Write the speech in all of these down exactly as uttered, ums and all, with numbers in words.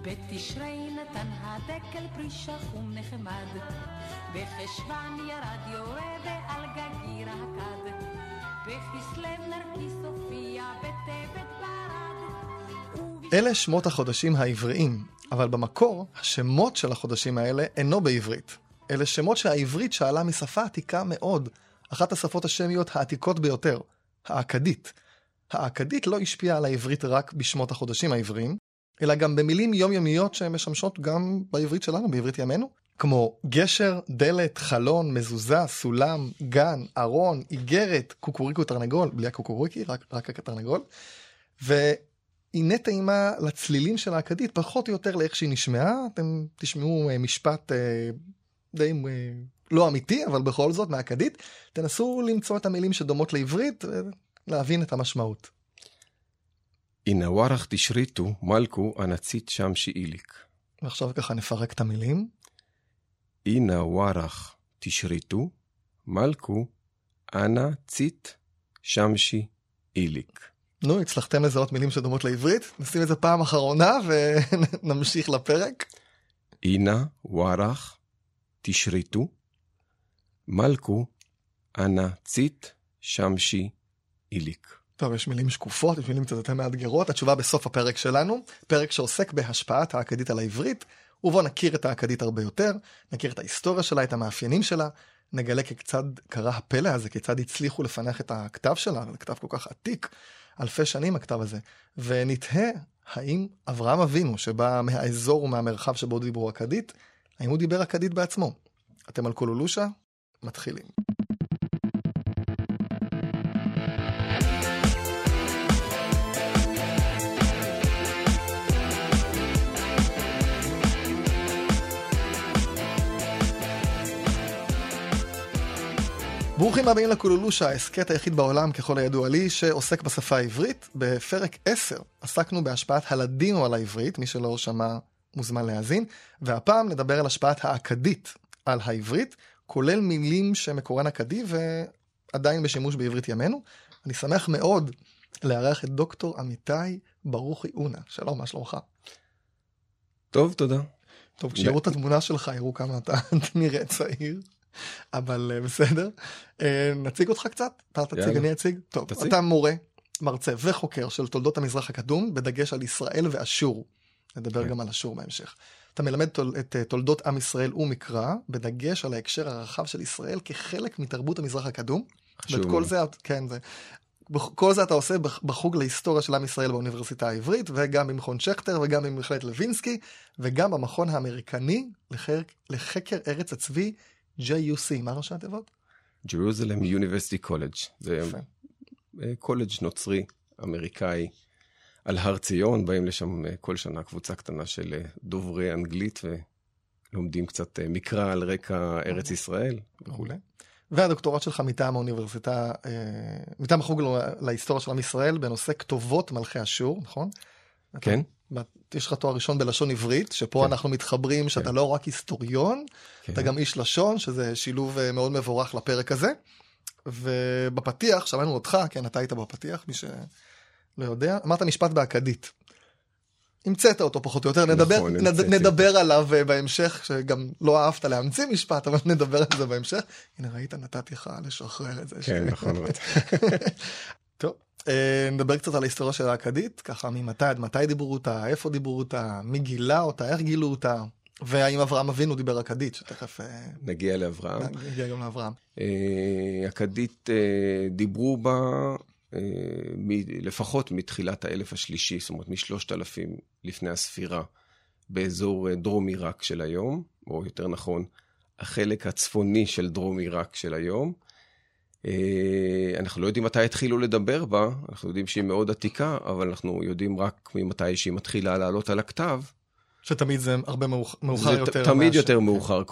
בתשרי נתן הדקל פרי שחום נחמד, בחשבן ירד יורה ועל גגיר הקד, בכסלו נרקיס הופיע בטבת ברד. אלה שמות החודשים העבריים, אבל במקור השמות של החודשים האלה אינו בעברית. אלה שמות שהעברית שאלה משפה עתיקה מאוד, אחת השפות השמיות העתיקות ביותר, האכדית. האכדית לא השפיעה על העברית רק בשמות החודשים העבריים, אלא גם במילים יומיומיות שהן משמשות גם בעברית שלנו, בעברית ימינו, כמו גשר, דלת, חלון, מזוזה, סולם, גן, ארון, איגרת, קוקוריקו תרנגול, בלי הקוקוריקי, רק, רק התרנגול, והנה טעימה לצלילים של האכדית, פחות או יותר לאיך שהיא נשמעה. אתם תשמעו משפט אה, די אה, לא אמיתי, אבל בכל זאת מהאכדית, תנסו למצוא את המילים שדומות לעברית, ולהבין את המשמעות. אינה ורח תשריטו מלכו הנצית שם שאיליק. ועכשיו ככה נפרק את המילים. אינה ורח תשריטו מלכו הנצית שם שאיליק. נו, הצלחתם לזהות מילים שדומות לעברית? נשים את זה פעם אחרונה ונמשיך לפרק. אינה ורח תשריטו מלכו הנצית שם שאיליק. טוב, יש מילים שקופות, יש מילים קצת יותר מאתגרות. התשובה בסוף הפרק שלנו, פרק שעוסק בהשפעת האכדית על העברית, ובו נכיר את האכדית הרבה יותר, נכיר את ההיסטוריה שלה, את המאפיינים שלה, נגלה כיצד קרה הפלא הזה, כיצד הצליחו לפענח את הכתב שלה, זה כתב כל כך עתיק, אלפי שנים הכתב הזה, ונתהה האם אברהם אבינו, שבא מהאזור ומהמרחב שבו דיברו אכדית, האם הוא דיבר אכדית בעצמו? אתם על קולולושה? מתחילים. ברוכים הבאים לקולולושה, העסקת היחיד בעולם ככל הידוע לי שעוסק בשפה העברית. בפרק עשר עסקנו בהשפעת הלדינו על העברית, מי שלא שמע מוזמן להאזין, והפעם נדבר על השפעת האכדית על העברית, כולל מילים שמקורן אכדי ועדיין בשימוש בעברית ימינו. אני שמח מאוד לארח את דוקטור אמיתי ברוכי אונה. שלום, מה שלומך? טוב, תודה. טוב, כשיראו את התמונה שלך, יראו כמה אתה נראה צעיר. אבל בסדר. נציג אותך קצת? אתה תציג, אני אציג? טוב, אתה מורה, מרצה וחוקר של תולדות המזרח הקדום, בדגש על ישראל ואשור. נדבר גם על אשור בהמשך. אתה מלמד את תולדות עם ישראל ומקרא, בדגש על ההקשר הרחב של ישראל כחלק מתרבות המזרח הקדום. ואת כל זה, כן, זה, כל זה אתה עושה בחוג להיסטוריה של עם ישראל באוניברסיטה העברית, וגם במכון שכטר, וגם במכללת לוינסקי, וגם במכון האמריקני לחקר ארץ הצבי, ג'יי יו סי, מה ראשי התיבות? Jerusalem University College. זה קולג' נוצרי אמריקאי על הר ציון, באים לשם כל שנה קבוצה קטנה של דוברי אנגלית, ולומדים קצת מקרא על רקע ארץ ישראל וכו'. והדוקטורט שלך מטעם האוניברסיטה, מטעם החוג להיסטוריה של עם ישראל, בנושא כתובות מלכי אשור, נכון? כן. יש לך תואר ראשון בלשון עברית, שפה אנחנו מתחברים שאתה לא רק היסטוריון, אתה גם איש לשון, שזה שילוב מאוד מבורך לפרק הזה. ובפתיח, שמענו אותך, כן, אתה היית בפתיח, מי שלא יודע, אמרת משפט באכדית. המצאת אותו פחות או יותר, נדבר, נדבר עליו בהמשך, שגם לא אהבת להמציא משפט, אבל נדבר על זה בהמשך. הנה, ראית, נתתי לך לשחרר את זה. כן, נכון. טוב. נדבר קצת על ההיסטוריה של האכדית, ככה ממתי עד מתי דיברו אותה, איפה דיברו אותה, מי גילה אותה, איך גילו אותה, והאם אברהם אבינו דיבר אכדית, שתכף נגיע לאברהם. נגיע גם לאברהם. אכדית דיברו בה לפחות מתחילת האלף השלישי, זאת אומרת משלושת אלפים לפני הספירה, באזור דרום עיראק של היום, או יותר נכון, החלק הצפוני של דרום עיראק של היום. אנחנו לא יודעים מתי התחילו לדבר בה, אנחנו יודעים שהיא מאוד עתיקה, אבל אנחנו יודעים רק ממתי שהיא מתחילה לעלות על הכתב. שתמיד זה הרבה מאוחר יותר. תמיד יותר מאוחר.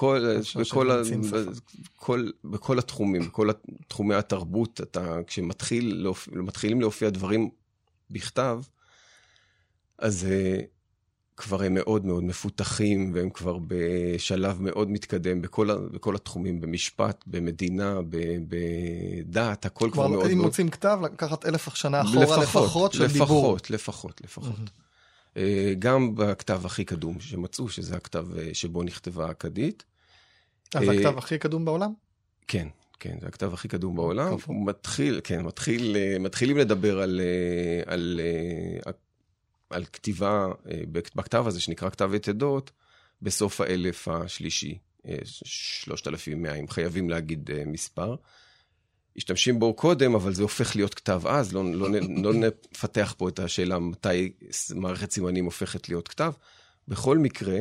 בכל התחומים, בכל תחומי התרבות, כשמתחילים להופיע דברים בכתב, אז כבר הם מאוד מאוד מפותחים, והם כבר בשלב מאוד מתקדם בכל, בכל התחומים, במשפט, במדינה, בדת, הכל כבר, כבר מאוד... אם מוצאים כתב, לקחת אלף שנה אחורה לפחות, לפחות של דיבור. לפחות, לפחות, לפחות. גם בכתב הכי קדום שמצאו, שזה הכתב שבו נכתבה האכדית. אז זה הכתב הכי קדום בעולם? כן, כן, זה הכתב הכי קדום בעולם. הוא מתחיל, כן, מתחיל, מתחילים לדבר על, על, על כתיבה, בכתב הזה שנקרא כתב עת עדות, בסוף האלף השלישי, שלושת אלפים ומאה, אם חייבים להגיד מספר. השתמשים בו קודם, אבל זה הופך להיות כתב אז, לא, לא, לא נפתח פה את השאלה מתי מערכת סימנים הופכת להיות כתב. בכל מקרה,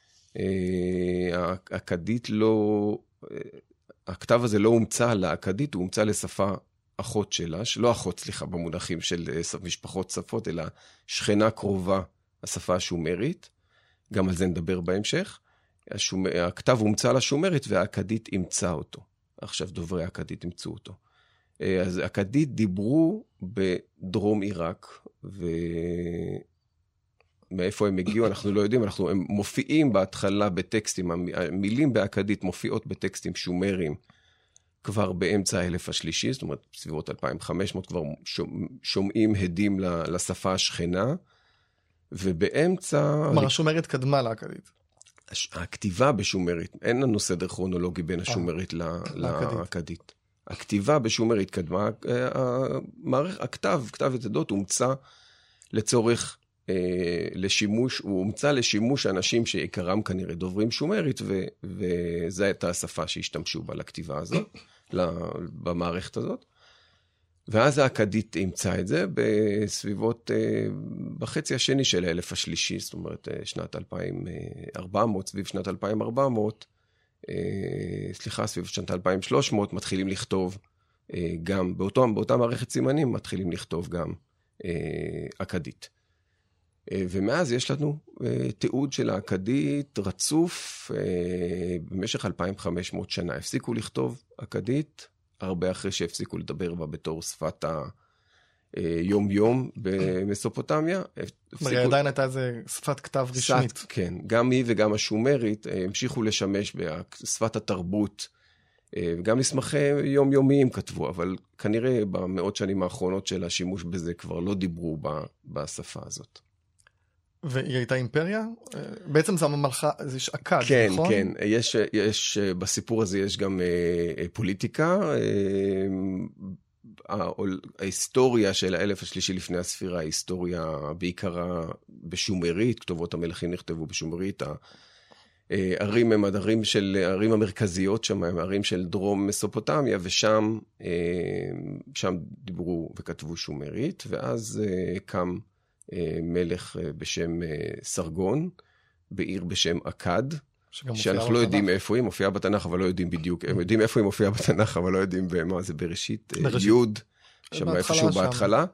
האכדית לא, הכתב הזה לא הומצא לאכדית, הוא הומצא לשפה אחות שלה, לא אחות, סליחה, במונחים של משפחות שפות, אלא שכנה קרובה, השפה השומרית, גם על זה נדבר בהמשך. השומר, הכתב הומצא לשומרית והאכדית אימצה אותו. עכשיו דוברי האכדית אימצו אותו. אז האכדית דיברו בדרום עיראק, ומאיפה הם הגיעו אנחנו לא יודעים, אנחנו, הם מופיעים בהתחלה בטקסטים, המילים באכדית מופיעות בטקסטים שומרים, כבר באמצע האלף השלישי, זאת אומרת, סביבות אלפיים וחמש מאות כבר שומעים הדים לשפה השכנה, ובאמצע... כלומר, השומרית קדמה לאכדית. הכתיבה בשומרית, אין לנו סדר כרונולוגי בין השומרית לאכדית. הכתיבה בשומרית קדמה, הכתב, כתב עת עדות, הומצא לצורך, לשימוש, הוא הומצא לשימוש אנשים שעיקרם כנראה דוברים שומרית, וזו הייתה השפה שהשתמשו בה לכתיבה הזאת, במערכת הזאת. ואז האכדית אימצה את זה בסביבות, בחצי השני של האלף השלישי, זאת אומרת, שנת אלפיים וארבע מאות, סביב שנת אלפיים וארבע מאות, סליחה, סביב שנת אלפיים ושלוש מאות, מתחילים לכתוב גם, באותו, באותה מערכת סימנים, מתחילים לכתוב גם אכדית. ומאז יש לנו תיעוד של האכדית רצוף במשך אלפיים וחמש מאות שנה. הפסיקו לכתוב אכדית, הרבה אחרי שהפסיקו לדבר בה בתור שפת היום-יום במסופוטמיה. כלומר, עדיין הייתה איזה שפת כתב רשמית. כן, גם היא וגם השומרית המשיכו לשמש בשפת התרבות, גם מסמכי יומיומיים כתבו, אבל כנראה במאות שנים האחרונות של השימוש בזה כבר לא דיברו בשפה הזאת. והיא הייתה אימפריה? בעצם זה הממלכה, זה יש אכד, כן, נכון? כן, כן. יש, יש, בסיפור הזה יש גם אה, פוליטיקה. אה, ההיסטוריה של האלף השלישי לפני הספירה, ההיסטוריה בעיקרה בשומרית, כתובות המלכים נכתבו בשומרית, הערים הם הערים של, הערים המרכזיות שם, הם הערים של דרום מסופוטמיה, ושם אה, שם דיברו וכתבו שומרית, ואז אה, קם מלך בשם סרגון, בעיר בשם אכד, שאנחנו לא יודעים איפה היא, מופיעה בתנ"ך, אבל לא יודעים בדיוק, הם יודעים איפה היא מופיעה בתנ"ך, אבל לא יודעים במה זה בראשית, יוד, שם איפשהו בהתחלה.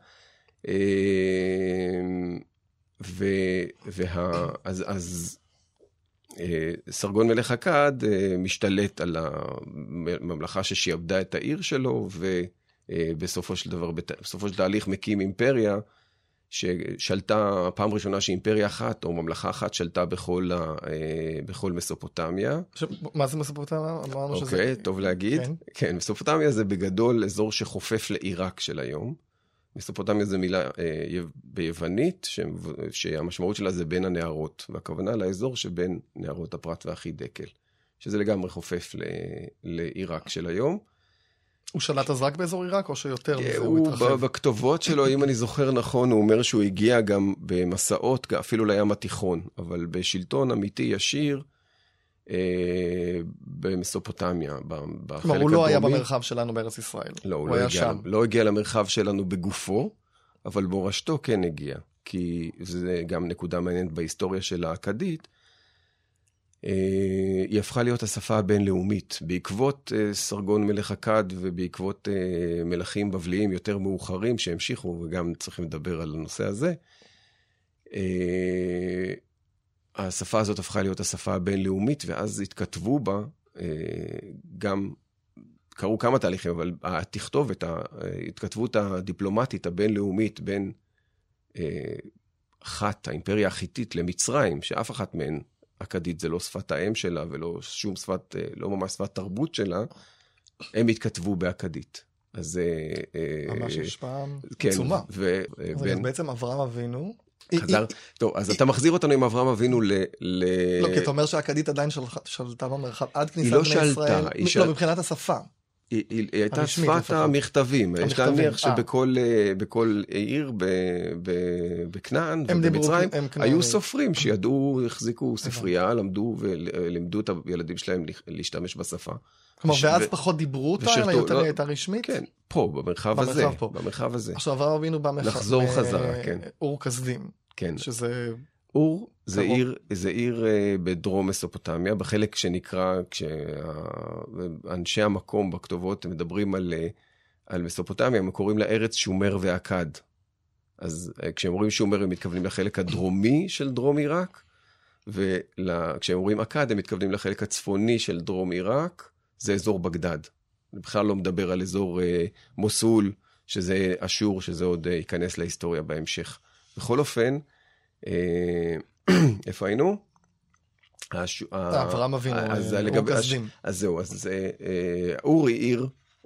אז סרגון מלך אכד משתלט על הממלכה ששיעבדה את העיר שלו, ובסופו של דבר, בסופו של תהליך מקים אימפריה, ששלטה פעם ראשונה שאימפריה אחת או ממלכה אחת שלטה בכל, בכל מסופוטמיה. מה זה מסופוטמיה? אוקיי, טוב להגיד. כן. כן, מסופוטמיה זה בגדול אזור שחופף לעיראק של היום. מסופוטמיה זה מילה ביוונית, שהמשמעות שלה זה בין הנהרות, והכוונה לאזור שבין נהרות הפרת והחידקל, שזה לגמרי חופף לעיראק של היום. הוא שלט אז רק באזור עיראק, או שיותר מזה הוא התרחב? בכתובות שלו, אם אני זוכר נכון, הוא אומר שהוא הגיע גם במסעות, אפילו לים התיכון, אבל בשלטון אמיתי ישיר, אה, במסופוטמיה, בחלק הדרומי. כלומר, הוא לא היה במרחב שלנו בארץ ישראל. לא, הוא, הוא לא, הגיע, לא הגיע למרחב שלנו בגופו, אבל מורשתו כן הגיע, כי זה גם נקודה מעניינת בהיסטוריה של האכדית, היא הפכה להיות השפה הבינלאומית, בעקבות סרגון מלך אכד ובעקבות מלכים בבליים יותר מאוחרים שהמשיכו, וגם צריכים לדבר על הנושא הזה, השפה הזאת הפכה להיות השפה הבינלאומית, ואז התכתבו בה, גם קראו כמה תהליכים, אבל התכתובת, ההתכתבות הדיפלומטית הבינלאומית בין אחת, האימפריה החיתית למצרים, שאף אחת מהן, אכדית זה לא שפת האם שלה, ולא שום שפת, לא ממש שפת תרבות שלה, הם התכתבו באכדית. אז... ממש השפעה עצומה. אז בעצם אברהם אבינו חזר, טוב, אז אתה מחזיר אותנו עם אברהם אבינו ל... לא, כי אתה אומר שהאכדית עדיין שלטה במרחב, עד כניסת בני ישראל, לא, מבחינת השפה. היא הייתה שפת המכתבים, יש להניח שבכל עיר בכנען ובמצרים היו סופרים שידעו, החזיקו ספרייה, למדו ולימדו את הילדים שלהם להשתמש בשפה. כלומר, ואז פחות דיברו אותה, אלא יותר הייתה רשמית? כן, פה, במרחב הזה. במרחב הזה. עכשיו, אברהם אבינו בא לחזור חזרה, כן. אור כסדים. כן. שזה... אור זה עיר, זה עיר בדרום מסופוטמיה, בחלק שנקרא, כשאנשי המקום בכתובות מדברים על, על מסופוטמיה, הם קוראים לה ארץ שומר ואכד. אז כשהם אומרים שומר, הם מתכוונים לחלק הדרומי של דרום עיראק, וכשהם אומרים אכד, הם מתכוונים לחלק הצפוני של דרום עיראק, זה אזור בגדד. אני בכלל לא מדבר על אזור מוסול, שזה אשור, שזה עוד ייכנס להיסטוריה בהמשך. בכל אופן, איפה היינו? אברהם אבינו, אור כסדים. אז זהו, אז אור היא עיר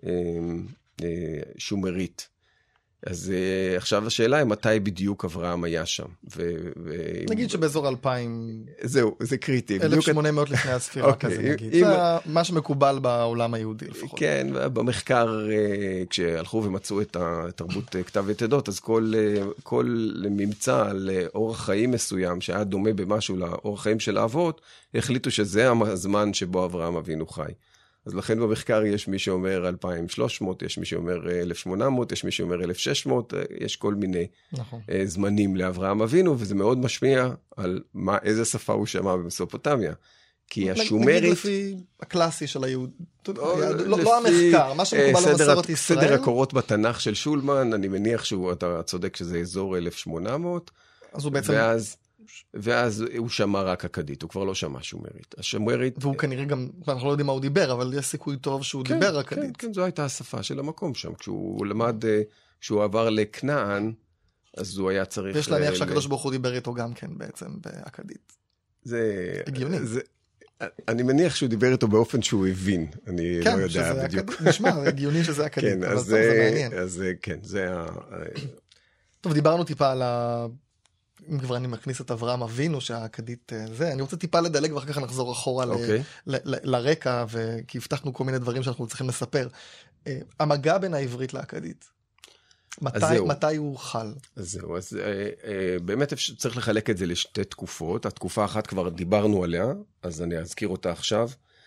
שומרית. אז עכשיו השאלה היא מתי בדיוק אברהם היה שם. נגיד שבאזור אלפיים... זהו, זה קריטי. אלף ושמונה מאות לפני הספירה כזה נגיד. זה מה שמקובל בעולם היהודי לפחות. כן, במחקר כשהלכו ומצאו את התרבות כתב ותדות, אז כל ממצא על אורח חיים מסוים שהיה דומה במשהו לאורח חיים של האבות, החליטו שזה הזמן שבו אברהם אבינו חי. אז לכן במחקר יש מי שאומר אלפיים ושלוש מאות, יש מי שאומר אלף ושמונה מאות, יש מי שאומר אלף ושש מאות, יש כל מיני נכון. זמנים לאברהם אבינו, וזה מאוד משמיע על מה, איזה שפה הוא שמע במסופוטמיה. כי השומרית... נגיד לפי הקלאסי של היהוד, לא, לא המחקר, מה שמקובל במסורת ישראל. סדר הקורות בתנ"ך של שולמן, אני מניח שאתה צודק שזה אזור אלף ושמונה מאות, אז הוא בעצם... ואז... ואז הוא שמע רק אכדית, הוא כבר לא שמע שומרית. השומרית... והוא כנראה גם, אנחנו לא יודעים מה הוא דיבר, אבל יש סיכוי טוב שהוא כן, דיבר אכדית. כן, כן, זו הייתה השפה של המקום שם. כשהוא למד, כשהוא עבר לכנען, אז הוא היה צריך... ויש להניח שהקדוש ברוך הוא דיבר איתו גם כן בעצם באכדית. זה... הגיוני. זה... אני מניח שהוא דיבר איתו באופן שהוא הבין, אני כן, לא יודע בדיוק. כן, נשמע, הגיוני שזה אכדית, כן, אבל אז זה, זה מעניין. אז כן, זה ה... טוב, דיברנו טיפה על ה... אם כבר אני מכניס את אברהם אבינו שהאכדית זה, אני רוצה טיפה לדלג ואחר כך נחזור אחורה okay. ל, ל, ל, לרקע, כי הבטחנו כל מיני דברים שאנחנו צריכים לספר. המגע בין העברית לאכדית, מתי, מתי הוא חל? אז זהו, אז אה, אה, באמת צריך לחלק את זה לשתי תקופות, התקופה אחת כבר דיברנו עליה, אז אני אזכיר אותה עכשיו.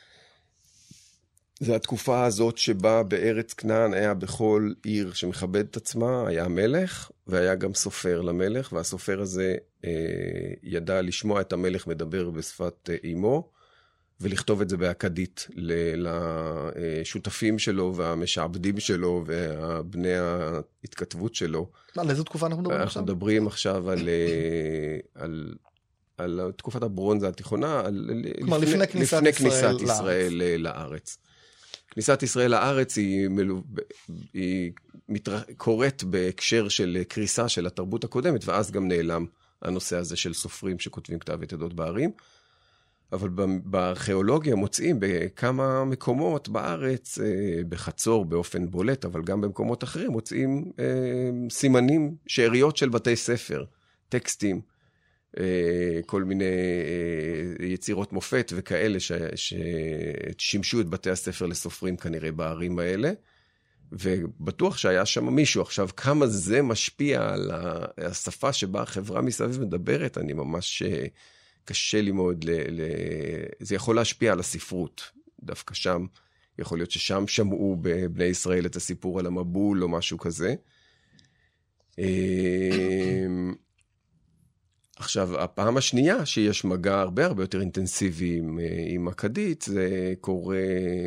זה התקופה הזאת שבה בארץ כנען היה בכל עיר שמכבד את עצמה, היה מלך, והיה גם סופר למלך, והסופר הזה אה, ידע לשמוע את המלך מדבר בשפת אה, אימו, ולכתוב את זה באכדית לשותפים שלו, והמשעבדים שלו, ובני ההתכתבות שלו. על איזו תקופה אנחנו מדברים עכשיו? אנחנו מדברים עכשיו על... על על תקופת הברונזה התיכונה, על, כלומר, לפני, לפני כניסת, לפני ישראל, כניסת ישראל לארץ. לארץ. כניסת ישראל לארץ היא, מלו, היא מתר... קורית בהקשר של קריסה של התרבות הקודמת, ואז גם נעלם הנושא הזה של סופרים שכותבים כתב ותדות בערים. אבל בארכיאולוגיה מוצאים בכמה מקומות בארץ, בחצור באופן בולט, אבל גם במקומות אחרים, מוצאים סימנים, שאריות של בתי ספר, טקסטים, כל מיני יצירות מופת וכאלה ששימשו את בתי הספר לסופרים כנראה בערים האלה, ובטוח שהיה שם מישהו. עכשיו, כמה זה משפיע על השפה שבה החברה מסביב מדברת, אני ממש קשה לי מאוד, ל... ל... זה יכול להשפיע על הספרות, דווקא שם, יכול להיות ששם שמעו בבני ישראל את הסיפור על המבול או משהו כזה. עכשיו, הפעם השנייה שיש מגע הרבה הרבה יותר אינטנסיבי עם, עם אכדית, זה קורה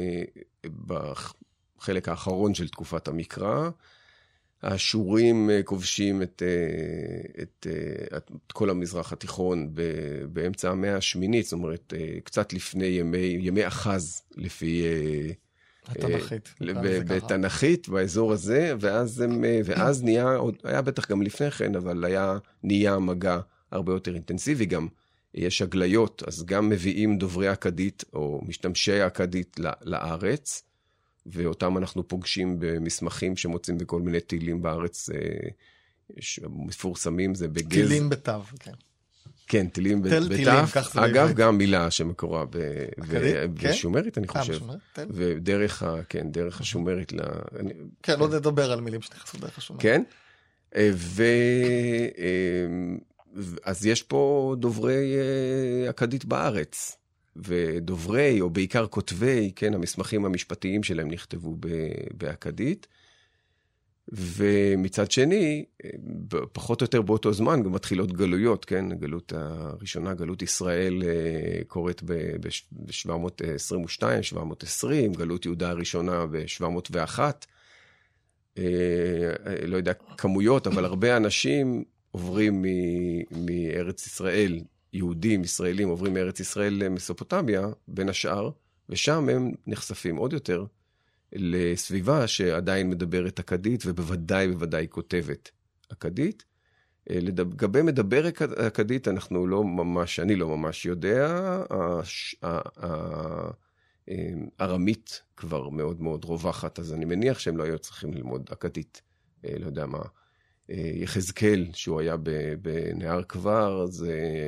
בחלק האחרון של תקופת המקרא. האשורים כובשים את, את, את, את כל המזרח התיכון באמצע המאה השמינית, זאת אומרת, קצת לפני ימי, ימי אחז, לפי... התנכית. בתנכית, באזור הזה, ואז, הם, ואז נהיה, היה בטח גם לפני כן, אבל היה נהיה מגע הרבה יותר אינטנסיבי, גם יש הגליות, אז גם מביאים דוברי אכדית, או משתמשי אכדית לארץ, ואותם אנחנו פוגשים במסמכים שמוצאים בכל מיני טילים בארץ, מפורסמים זה בגז. טילים בתו, כן. כן, טילים בתף. אגב, גם מילה שמקורה בשומרית, אני חושב. ודרך, כן, דרך השומרית. כן, לא נדבר על מילים שנכנסו דרך השומרית. כן, אז יש פה דוברי אכדית בארץ, ודוברי, או בעיקר כותבי, כן, המסמכים המשפטיים שלהם נכתבו באכדית, ומצד שני, פחות או יותר באותו זמן, גם מתחילות גלויות, כן? הגלות הראשונה, גלות ישראל, קורית ב-שבע מאות עשרים ושתיים, שבע מאות ועשרים, גלות יהודה הראשונה ב-שבע מאות ואחת, לא יודע כמויות, אבל הרבה אנשים עוברים מארץ ישראל, יהודים, ישראלים, עוברים מארץ ישראל למסופוטמיה, בין השאר, ושם הם נחשפים עוד יותר, לסביבה שעדיין מדברת אכדית, ובוודאי בוודאי כותבת אכדית. לגבי מדבר אכדית, אנחנו לא ממש, אני לא ממש יודע, הארמית כבר מאוד מאוד רווחת, אז אני מניח שהם לא היו צריכים ללמוד אכדית. לא יודע מה, יחזקאל, שהוא היה בנהר כבר, אז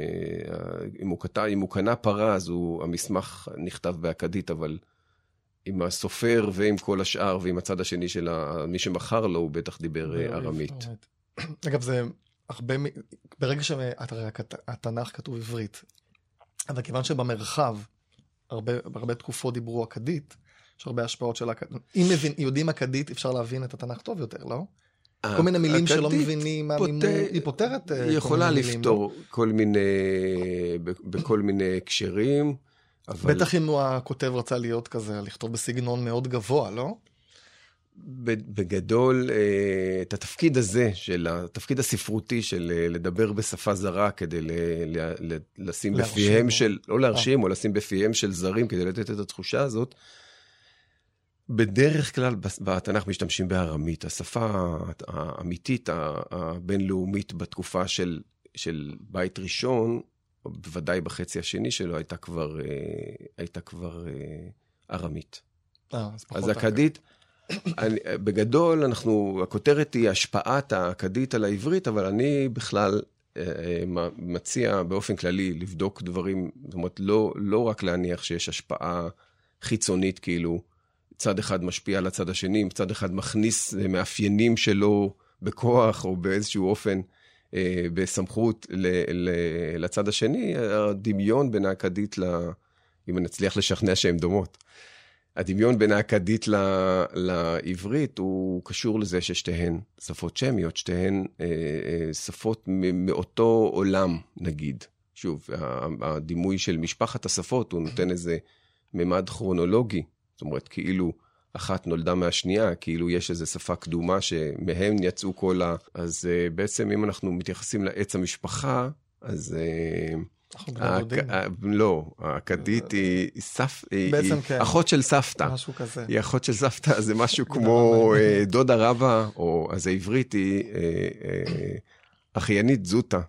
אם הוא קנה פרה, אז המסמך נכתב באכדית, אבל עם הסופר ועם כל השאר, ועם הצד השני של מי שמחר לו, הוא בטח דיבר ארמית. אגב, זה הרבה, ברגע שהתנ"ך כתוב עברית, אבל כיוון שבמרחב, הרבה תקופות דיברו אכדית, יש הרבה השפעות של אכדית. אם יודעים אכדית, אפשר להבין את התנ"ך טוב יותר, לא? כל מיני מילים שלא מבינים, היא פותרת? היא יכולה לפתור כל מיני, בכל מיני הקשרים, בטח אם הוא הכותב רצה להיות כזה, לכתוב בסגנון מאוד גבוה, לא? בגדול, את התפקיד הזה, של התפקיד הספרותי של לדבר בשפה זרה, כדי לשים בפיהם של, לא להרשים, או לשים בפיהם של זרים, כדי לתת את התחושה הזאת, בדרך כלל בתנ"ך משתמשים בארמית. השפה האמיתית, הבינלאומית, בתקופה של, של בית ראשון, בוודאי בחצי השני שלו, הייתה כבר, הייתה כבר ארמית. אז אכדית, בגדול, אנחנו, הכותרת היא השפעת האכדית על העברית, אבל אני בכלל מציע באופן כללי לבדוק דברים, זאת אומרת, לא, לא רק להניח שיש השפעה חיצונית, כאילו, צד אחד משפיע על הצד השני, צד אחד מכניס מאפיינים שלו בכוח, או באיזשהו אופן, בסמכות לצד השני, הדמיון בין האכדית, אם נצליח לשכנע שהן דומות, הדמיון בין האכדית לעברית הוא קשור לזה ששתיהן שפות שמיות, שתיהן שפות מאותו עולם, נגיד. שוב, הדימוי של משפחת השפות, הוא נותן איזה ממד כרונולוגי, זאת אומרת, כאילו אחת נולדה מהשנייה, כאילו יש איזו שפה קדומה שמהם יצאו כל ה... אז uh, בעצם אם אנחנו מתייחסים לעץ המשפחה, אז... אנחנו גם יודעים. לא, האכדית היא בעצם כן. אחות של סבתא. משהו כזה. היא אחות של סבתא, זה משהו כמו דודה רבא, או אז העברית היא אחיינית זוטה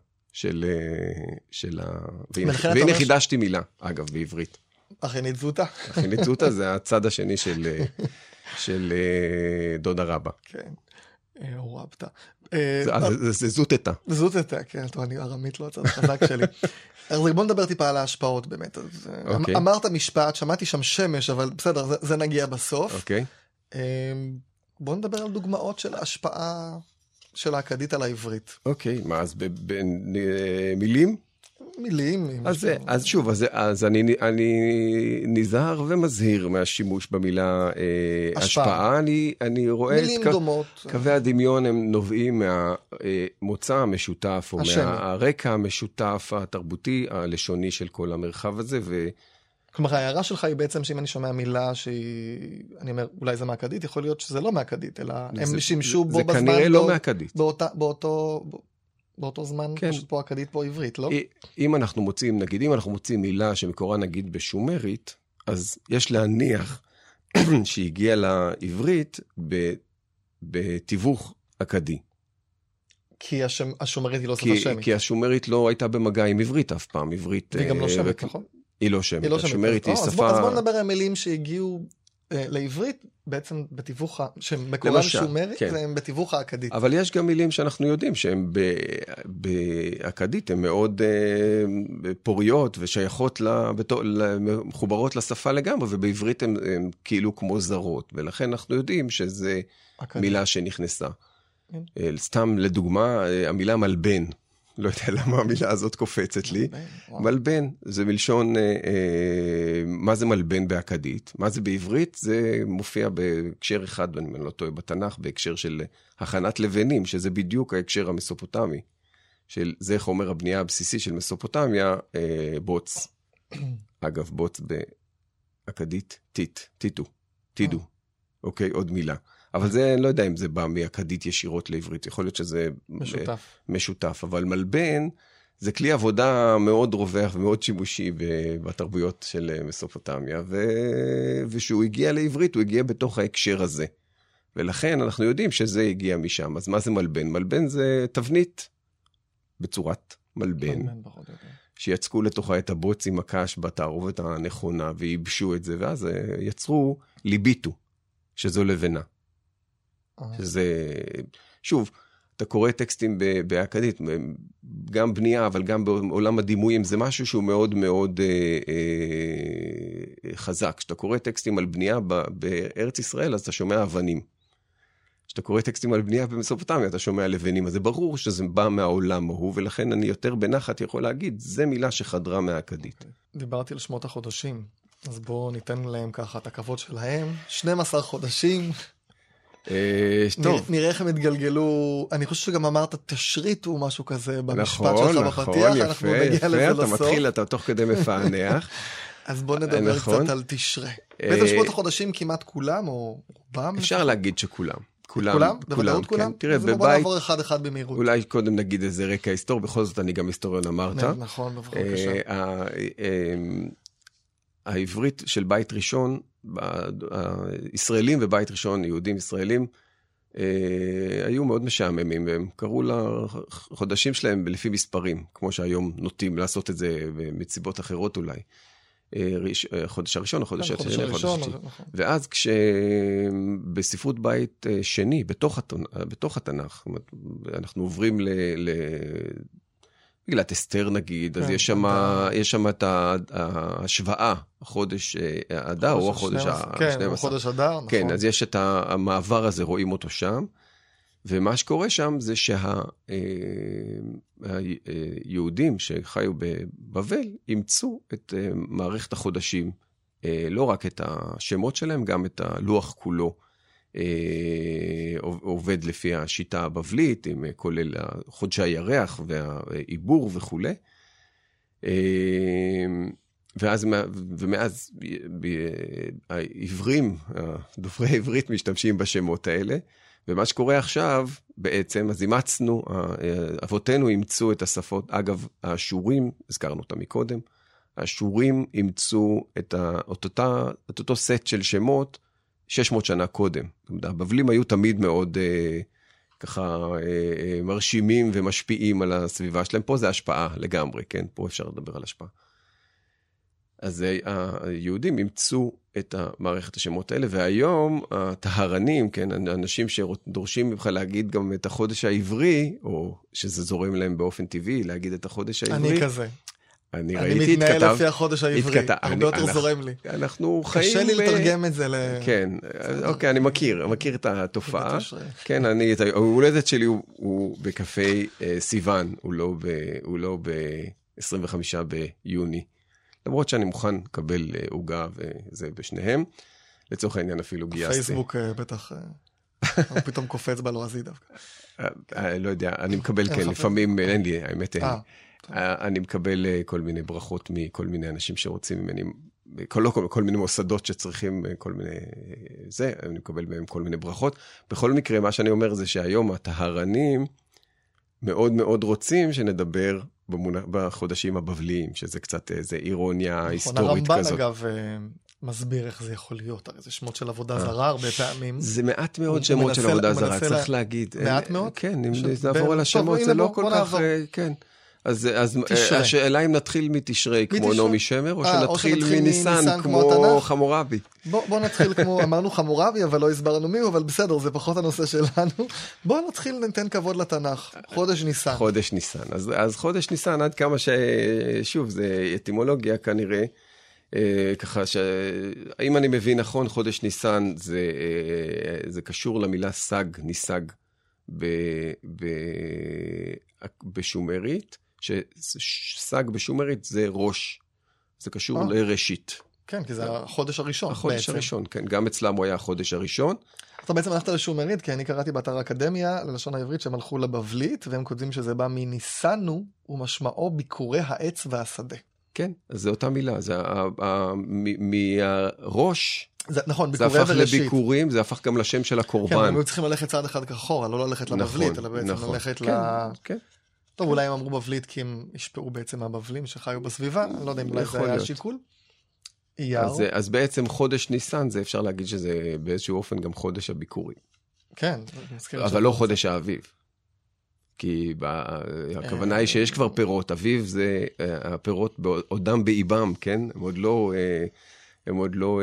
של ה... והנה חידשתי מילה, אגב, בעברית. אחיינית זוטה? אחיינית זוטה זה הצד השני של, של דודה רבא. כן, וואבטה. זה זוטטה. זוטטה, כן, טוב, אני ארמית לא הצד החזק שלי. אז בוא נדבר טיפה על ההשפעות באמת. אמרת משפט, שמעתי שם שמש, אבל בסדר, זה נגיע בסוף. אוקיי. בוא נדבר על דוגמאות של ההשפעה של האכדית על העברית. אוקיי, מה, אז במילים? מילים. אז, אז שוב, אז, אז אני, אני נזהר ומזהיר מהשימוש במילה אה, השפעה. אני, אני רואה מילים את דומות. קווי הדמיון הם נובעים מהמוצא המשותף, או השם. מהרקע המשותף התרבותי הלשוני של כל המרחב הזה. ו... כלומר, ההערה שלך היא בעצם שאם אני שומע מילה שהיא, אני אומר, אולי זה מהאכדית, יכול להיות שזה לא מהאכדית, אלא זה, הם שימשו זה, בו זה בזמן. כנראה לא מהאכדית. באותה, באותו... באותו זמן, כן. פשוט פה אכדית, פה עברית, לא? אם אנחנו מוצאים, נגיד, אם אנחנו מוצאים מילה שמקורה נגיד בשומרית, אז יש להניח שהגיעה לעברית בתיווך אכדי. כי השם, השומרית היא לא שפה שמית. כי השומרית לא הייתה במגע עם עברית אף פעם. עברית... והיא גם לא שמית, נכון? היא לא שמית. השומרית היא שפה... אז בוא נדבר על מילים שהגיעו לעברית, בעצם בתיווך, שמקורם שומרי, כן. הם בתיווך האכדית. אבל יש גם מילים שאנחנו יודעים שהם באכדית, הן מאוד uh, פוריות ושייכות, לה, מחוברות לשפה לגמרי, ובעברית הן כאילו כמו זרות, ולכן אנחנו יודעים שזה אכדית. מילה שנכנסה. כן. סתם לדוגמה, המילה מלבן, לא יודע למה המילה הזאת קופצת לי. מלבן, מלבן זה מלשון, אה, אה, מה זה מלבן באכדית? מה זה בעברית? זה מופיע בהקשר אחד, אני לא טועה בתנ"ך, בהקשר של הכנת לבנים, שזה בדיוק ההקשר המסופוטמי. של זה חומר הבנייה הבסיסי של מסופוטמיה, אה, בוץ. אגב, בוץ באכדית, טיט, טיטו, טידו. אוקיי, עוד מילה. אבל זה, אני לא יודע אם זה בא מאכדית ישירות לעברית, יכול להיות שזה משותף. משותף, אבל מלבן זה כלי עבודה מאוד רווח ומאוד שימושי בתרבויות של מסופוטמיה, ו... ושהוא הגיע לעברית, הוא הגיע בתוך ההקשר הזה. ולכן אנחנו יודעים שזה הגיע משם. אז מה זה מלבן? מלבן זה תבנית בצורת מלבן, שיצקו לתוכה את הבוץ עם הקש בתערובת הנכונה, וייבשו את זה, ואז יצרו ליביטו, שזו לבנה. שזה, שוב, אתה קורא טקסטים באכדית, גם בנייה, אבל גם בעולם הדימויים, זה משהו שהוא מאוד מאוד אה, אה, חזק. כשאתה קורא טקסטים על בנייה בארץ ישראל, אז אתה שומע אבנים. כשאתה קורא טקסטים על בנייה במסופוטמיה, אתה שומע לבנים, אז זה ברור שזה בא מהעולם ההוא, ולכן אני יותר בנחת יכול להגיד, זה מילה שחדרה מהאכדית. דיברתי על שמות החודשים, אז בואו ניתן להם ככה את הכבוד שלהם, שנים עשר חודשים, טוב. נראה איך הם התגלגלו, אני חושב שגם אמרת תשריט או משהו כזה במשפט שלך בפתיח, נכון, יפה, יפה, אתה מתחיל, אתה תוך כדי מפענח. אז בוא נדבר קצת על תשרי. בעצם שמות החודשים כמעט כולם, או רובם? אפשר להגיד שכולם. כולם? בוודאות כולם? תראה, בבית... בוא נעבור אחד אחד במהירות. אולי קודם נגיד איזה רקע היסטורי, בכל זאת אני גם היסטוריון אמרת. נכון, בבקשה. העברית של בית ראשון, הישראלים ובית ראשון, יהודים ישראלים, היו מאוד משעממים, והם קראו לחודשים שלהם לפי מספרים, כמו שהיום נוטים לעשות את זה מסיבות אחרות אולי. החודש הראשון, החודש השני, החודש השני. ואז כשבספרות בית שני, בתוך התנ"ך, אנחנו עוברים ל... מגילת אסתר נגיד, אז יש שם את ההשוואה, החודש אדר, או החודש ה-שנים עשר. כן, החודש אדר, נכון. כן, אז יש את המעבר הזה, רואים אותו שם, ומה שקורה שם זה שהיהודים שחיו בבבל, אימצו את מערכת החודשים, לא רק את השמות שלהם, גם את הלוח כולו, עובד לפי השיטה הבבלית, עם כולל חודשי הירח והעיבור וכו'. ואז, ומאז העברים, דוברי העברית משתמשים בשמות האלה, ומה שקורה עכשיו, בעצם, אז אימצנו, אבותינו אימצו את השפות, אגב, האשורים, הזכרנו אותם מקודם, האשורים אימצו את, אותה, את אותו סט של שמות, שש מאות שנה קודם. הבבלים היו תמיד מאוד אה, ככה אה, מרשימים ומשפיעים על הסביבה שלהם. פה זה השפעה לגמרי, כן? פה אפשר לדבר על השפעה. אז אה, היהודים אימצו את מערכת השמות האלה, והיום הטהרנים, כן, אנשים שדורשים ממך להגיד גם את החודש העברי, או שזה זורם להם באופן טבעי, להגיד את החודש העברי. אני כזה. אני ראיתי, התכתב. אני מתנהל לפי החודש העברי, הרבה יותר זורם לי. אנחנו חיים... קשה לי לתרגם את זה ל... כן, אוקיי, אני מכיר, מכיר את התופעה. כן, אני, ההולדת שלי הוא בקפה סיוון, הוא לא ב-עשרים וחמישה ביוני. למרות שאני מוכן לקבל עוגה וזה בשניהם. לצורך העניין אפילו גייסתי. פייסבוק בטח, פתאום קופץ בלועזי דווקא. לא יודע, אני מקבל, כן, לפעמים, אין לי, האמת אין לי. אני מקבל כל מיני ברכות מכל מיני אנשים שרוצים ממני, כל, לא, כל, כל מיני מוסדות שצריכים כל מיני, זה, אני מקבל מהם כל מיני ברכות. בכל מקרה, מה שאני אומר זה שהיום הטהרנים מאוד מאוד רוצים שנדבר במונח, בחודשים הבבליים, שזה קצת איזו אירוניה היסטורית הרמב"ן, כזאת. אגב, מסביר איך זה יכול להיות, הרי זה שמות של עבודה זרה הרבה פעמים. זה מעט מאוד שמות של עבודה זרה, צריך להגיד. מעט מאוד? כן, אם נעבור על השמות, זה לא כל כך, כן. אז, אז השאלה אם נתחיל מתשרי כמו מתשרי. נעמי שמר, או 아, שנתחיל מניסן כמו, כמו חמורבי. בוא, בוא נתחיל כמו, אמרנו חמורבי, אבל לא הסברנו מי, אבל בסדר, זה פחות הנושא שלנו. בוא נתחיל, ניתן כבוד לתנ"ך. חודש ניסן. חודש ניסן. אז, אז חודש ניסן, עד כמה ש... שוב, זה אטימולוגיה כנראה, אה, ככה ש... אם אני מבין נכון, חודש ניסן זה, אה, זה קשור למילה סג, ניסג, ב... ב... בשומרית, שסג בשומרית זה ראש. זה קשור אה. לראשית. כן, כי זה החודש הראשון. החודש בעצם. הראשון, כן. גם אצלם הוא היה החודש הראשון. אתה בעצם הלכת לשומרית, כי אני קראתי באתר האקדמיה ללשון העברית שהם הלכו לבבלית, והם כותבים שזה בא מניסנו, ומשמעו ביקורי העץ והשדה. כן, אז זה אותה מילה. זה מהראש... זה, נכון, זה הפך וראשית. לביקורים, זה הפך גם לשם של הקורבן. כן, הם היו צריכים ללכת צעד אחד כחורה, לא ללכת לבבלית, נכון, אלא בעצם נכון. ללכת כן, ל... כן. טוב, אולי הם אמרו בבלית כי הם השפעו בעצם מהבבלים שחיו בסביבה, אני לא יודע אם אולי זה היה השיקול. אז, אז בעצם חודש ניסן, זה אפשר להגיד שזה באיזשהו אופן גם חודש הביקורים. כן. אבל לא חודש האביב. כי הכוונה היא שיש כבר פירות, אביב זה הפירות עודם באיבם, כן? הם עוד לא... הם עוד לא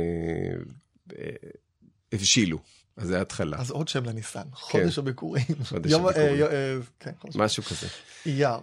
הבשילו. אז זה ההתחלה. אז עוד שם לניסן. חודש הביקורים. חודש הביקורים. משהו כזה. אייר.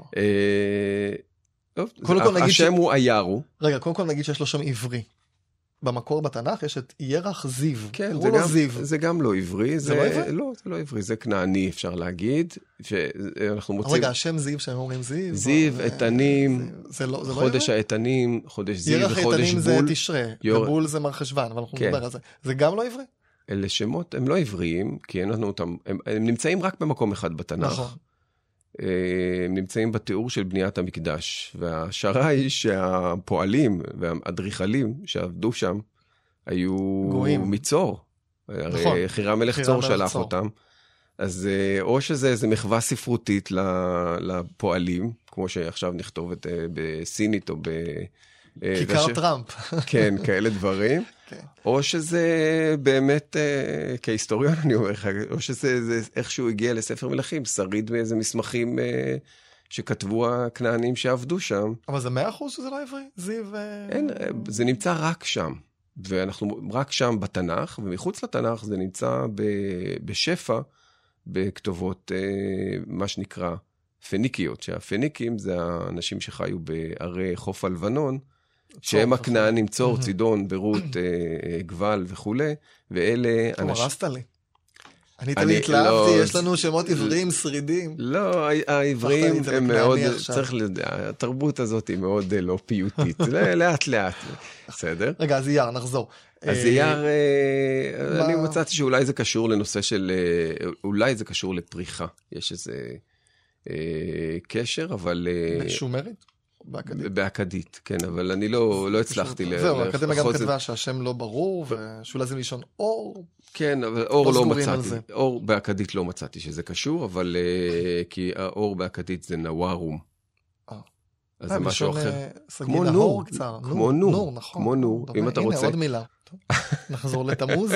השם הוא אייר. רגע, קודם כל נגיד שיש לו שם עברי. במקור בתנ"ך יש את ירח זיו. כן, זה גם לא עברי. זה לא עברי? לא, זה לא עברי. זה כנעני, אפשר להגיד. רגע, השם זיו שהם אומרים זיו. זיו, עתנים, חודש העתנים, חודש זיו וחודש בול. ירח עתנים זה תשרה, ובול זה מרחשוון, אבל אנחנו נדבר על זה. זה גם לא עברי? אלה שמות, הם לא עבריים, כי אין לנו אותם, הם נמצאים רק במקום אחד בתנ"ך. נכון. הם נמצאים בתיאור של בניית המקדש, והשערה היא שהפועלים והאדריכלים שעבדו שם היו גויים. מצור. נכון. הרי חירם מלך צור שלח צור. אותם. אז או שזה איזה מחווה ספרותית לפועלים, כמו שעכשיו נכתוב את, בסינית או ב... כיכר וש... טראמפ. כן, כאלה דברים. כן. או שזה באמת, אה, כהיסטוריון אני אומר לך, או שזה זה, איכשהו הגיע לספר מלכים, שריד מאיזה מסמכים אה, שכתבו הכנענים שעבדו שם. אבל זה מאה אחוז שזה לא עברי? זיו... אין, זה נמצא רק שם. ואנחנו רק שם בתנ"ך, ומחוץ לתנ"ך זה נמצא ב, בשפע, בכתובות אה, מה שנקרא פניקיות, שהפניקים זה האנשים שחיו בערי חוף הלבנון, שהם הכנענים, צור, צידון, ברות, גבל וכו', ואלה... טוב, הרסת לי. אני תמיד התלהבתי, יש לנו שמות עבריים, שרידים. לא, העבריים הם מאוד, צריך לדעת, התרבות הזאת היא מאוד לא פיוטית, לאט לאט, בסדר? רגע, אז אייר, נחזור. אז אייר, אני מצאתי שאולי זה קשור לנושא של, אולי זה קשור לפריחה, יש איזה קשר, אבל... בשומרית? באקדית. באקדית, כן, אבל אני לא, לא הצלחתי... זהו, האקדמיה גם כתבה שהשם לא ברור, ושאולי זה לישון אור. כן, אבל אור לא מצאתי. אור באקדית לא מצאתי שזה קשור, אבל כי האור באקדית זה נווארום. אז זה משהו אחר. כמו נור. כמו נור, כמו נור, אם אתה רוצה. הנה, עוד מילה. נחזור לתמוז.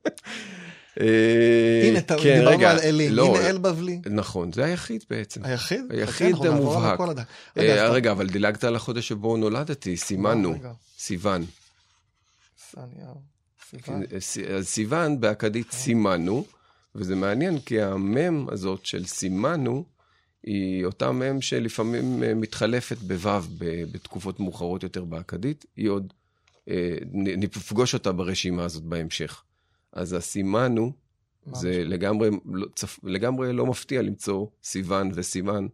הנה, דיברנו על אלי, הנה אל בבלי. נכון, זה היחיד בעצם. היחיד? היחיד המובהק. רגע, אבל דילגת על החודש שבו נולדתי, סימנו, סיוון. אז סיוון באקדית סימנו, וזה מעניין כי המם הזאת של סימנו, היא אותה מם שלפעמים מתחלפת בוו בתקופות מאוחרות יותר באקדית, היא עוד, נפגוש אותה ברשימה הזאת בהמשך. אז הסימנו, זה לגמרי, לגמרי לא מפתיע למצוא סיוון וסימן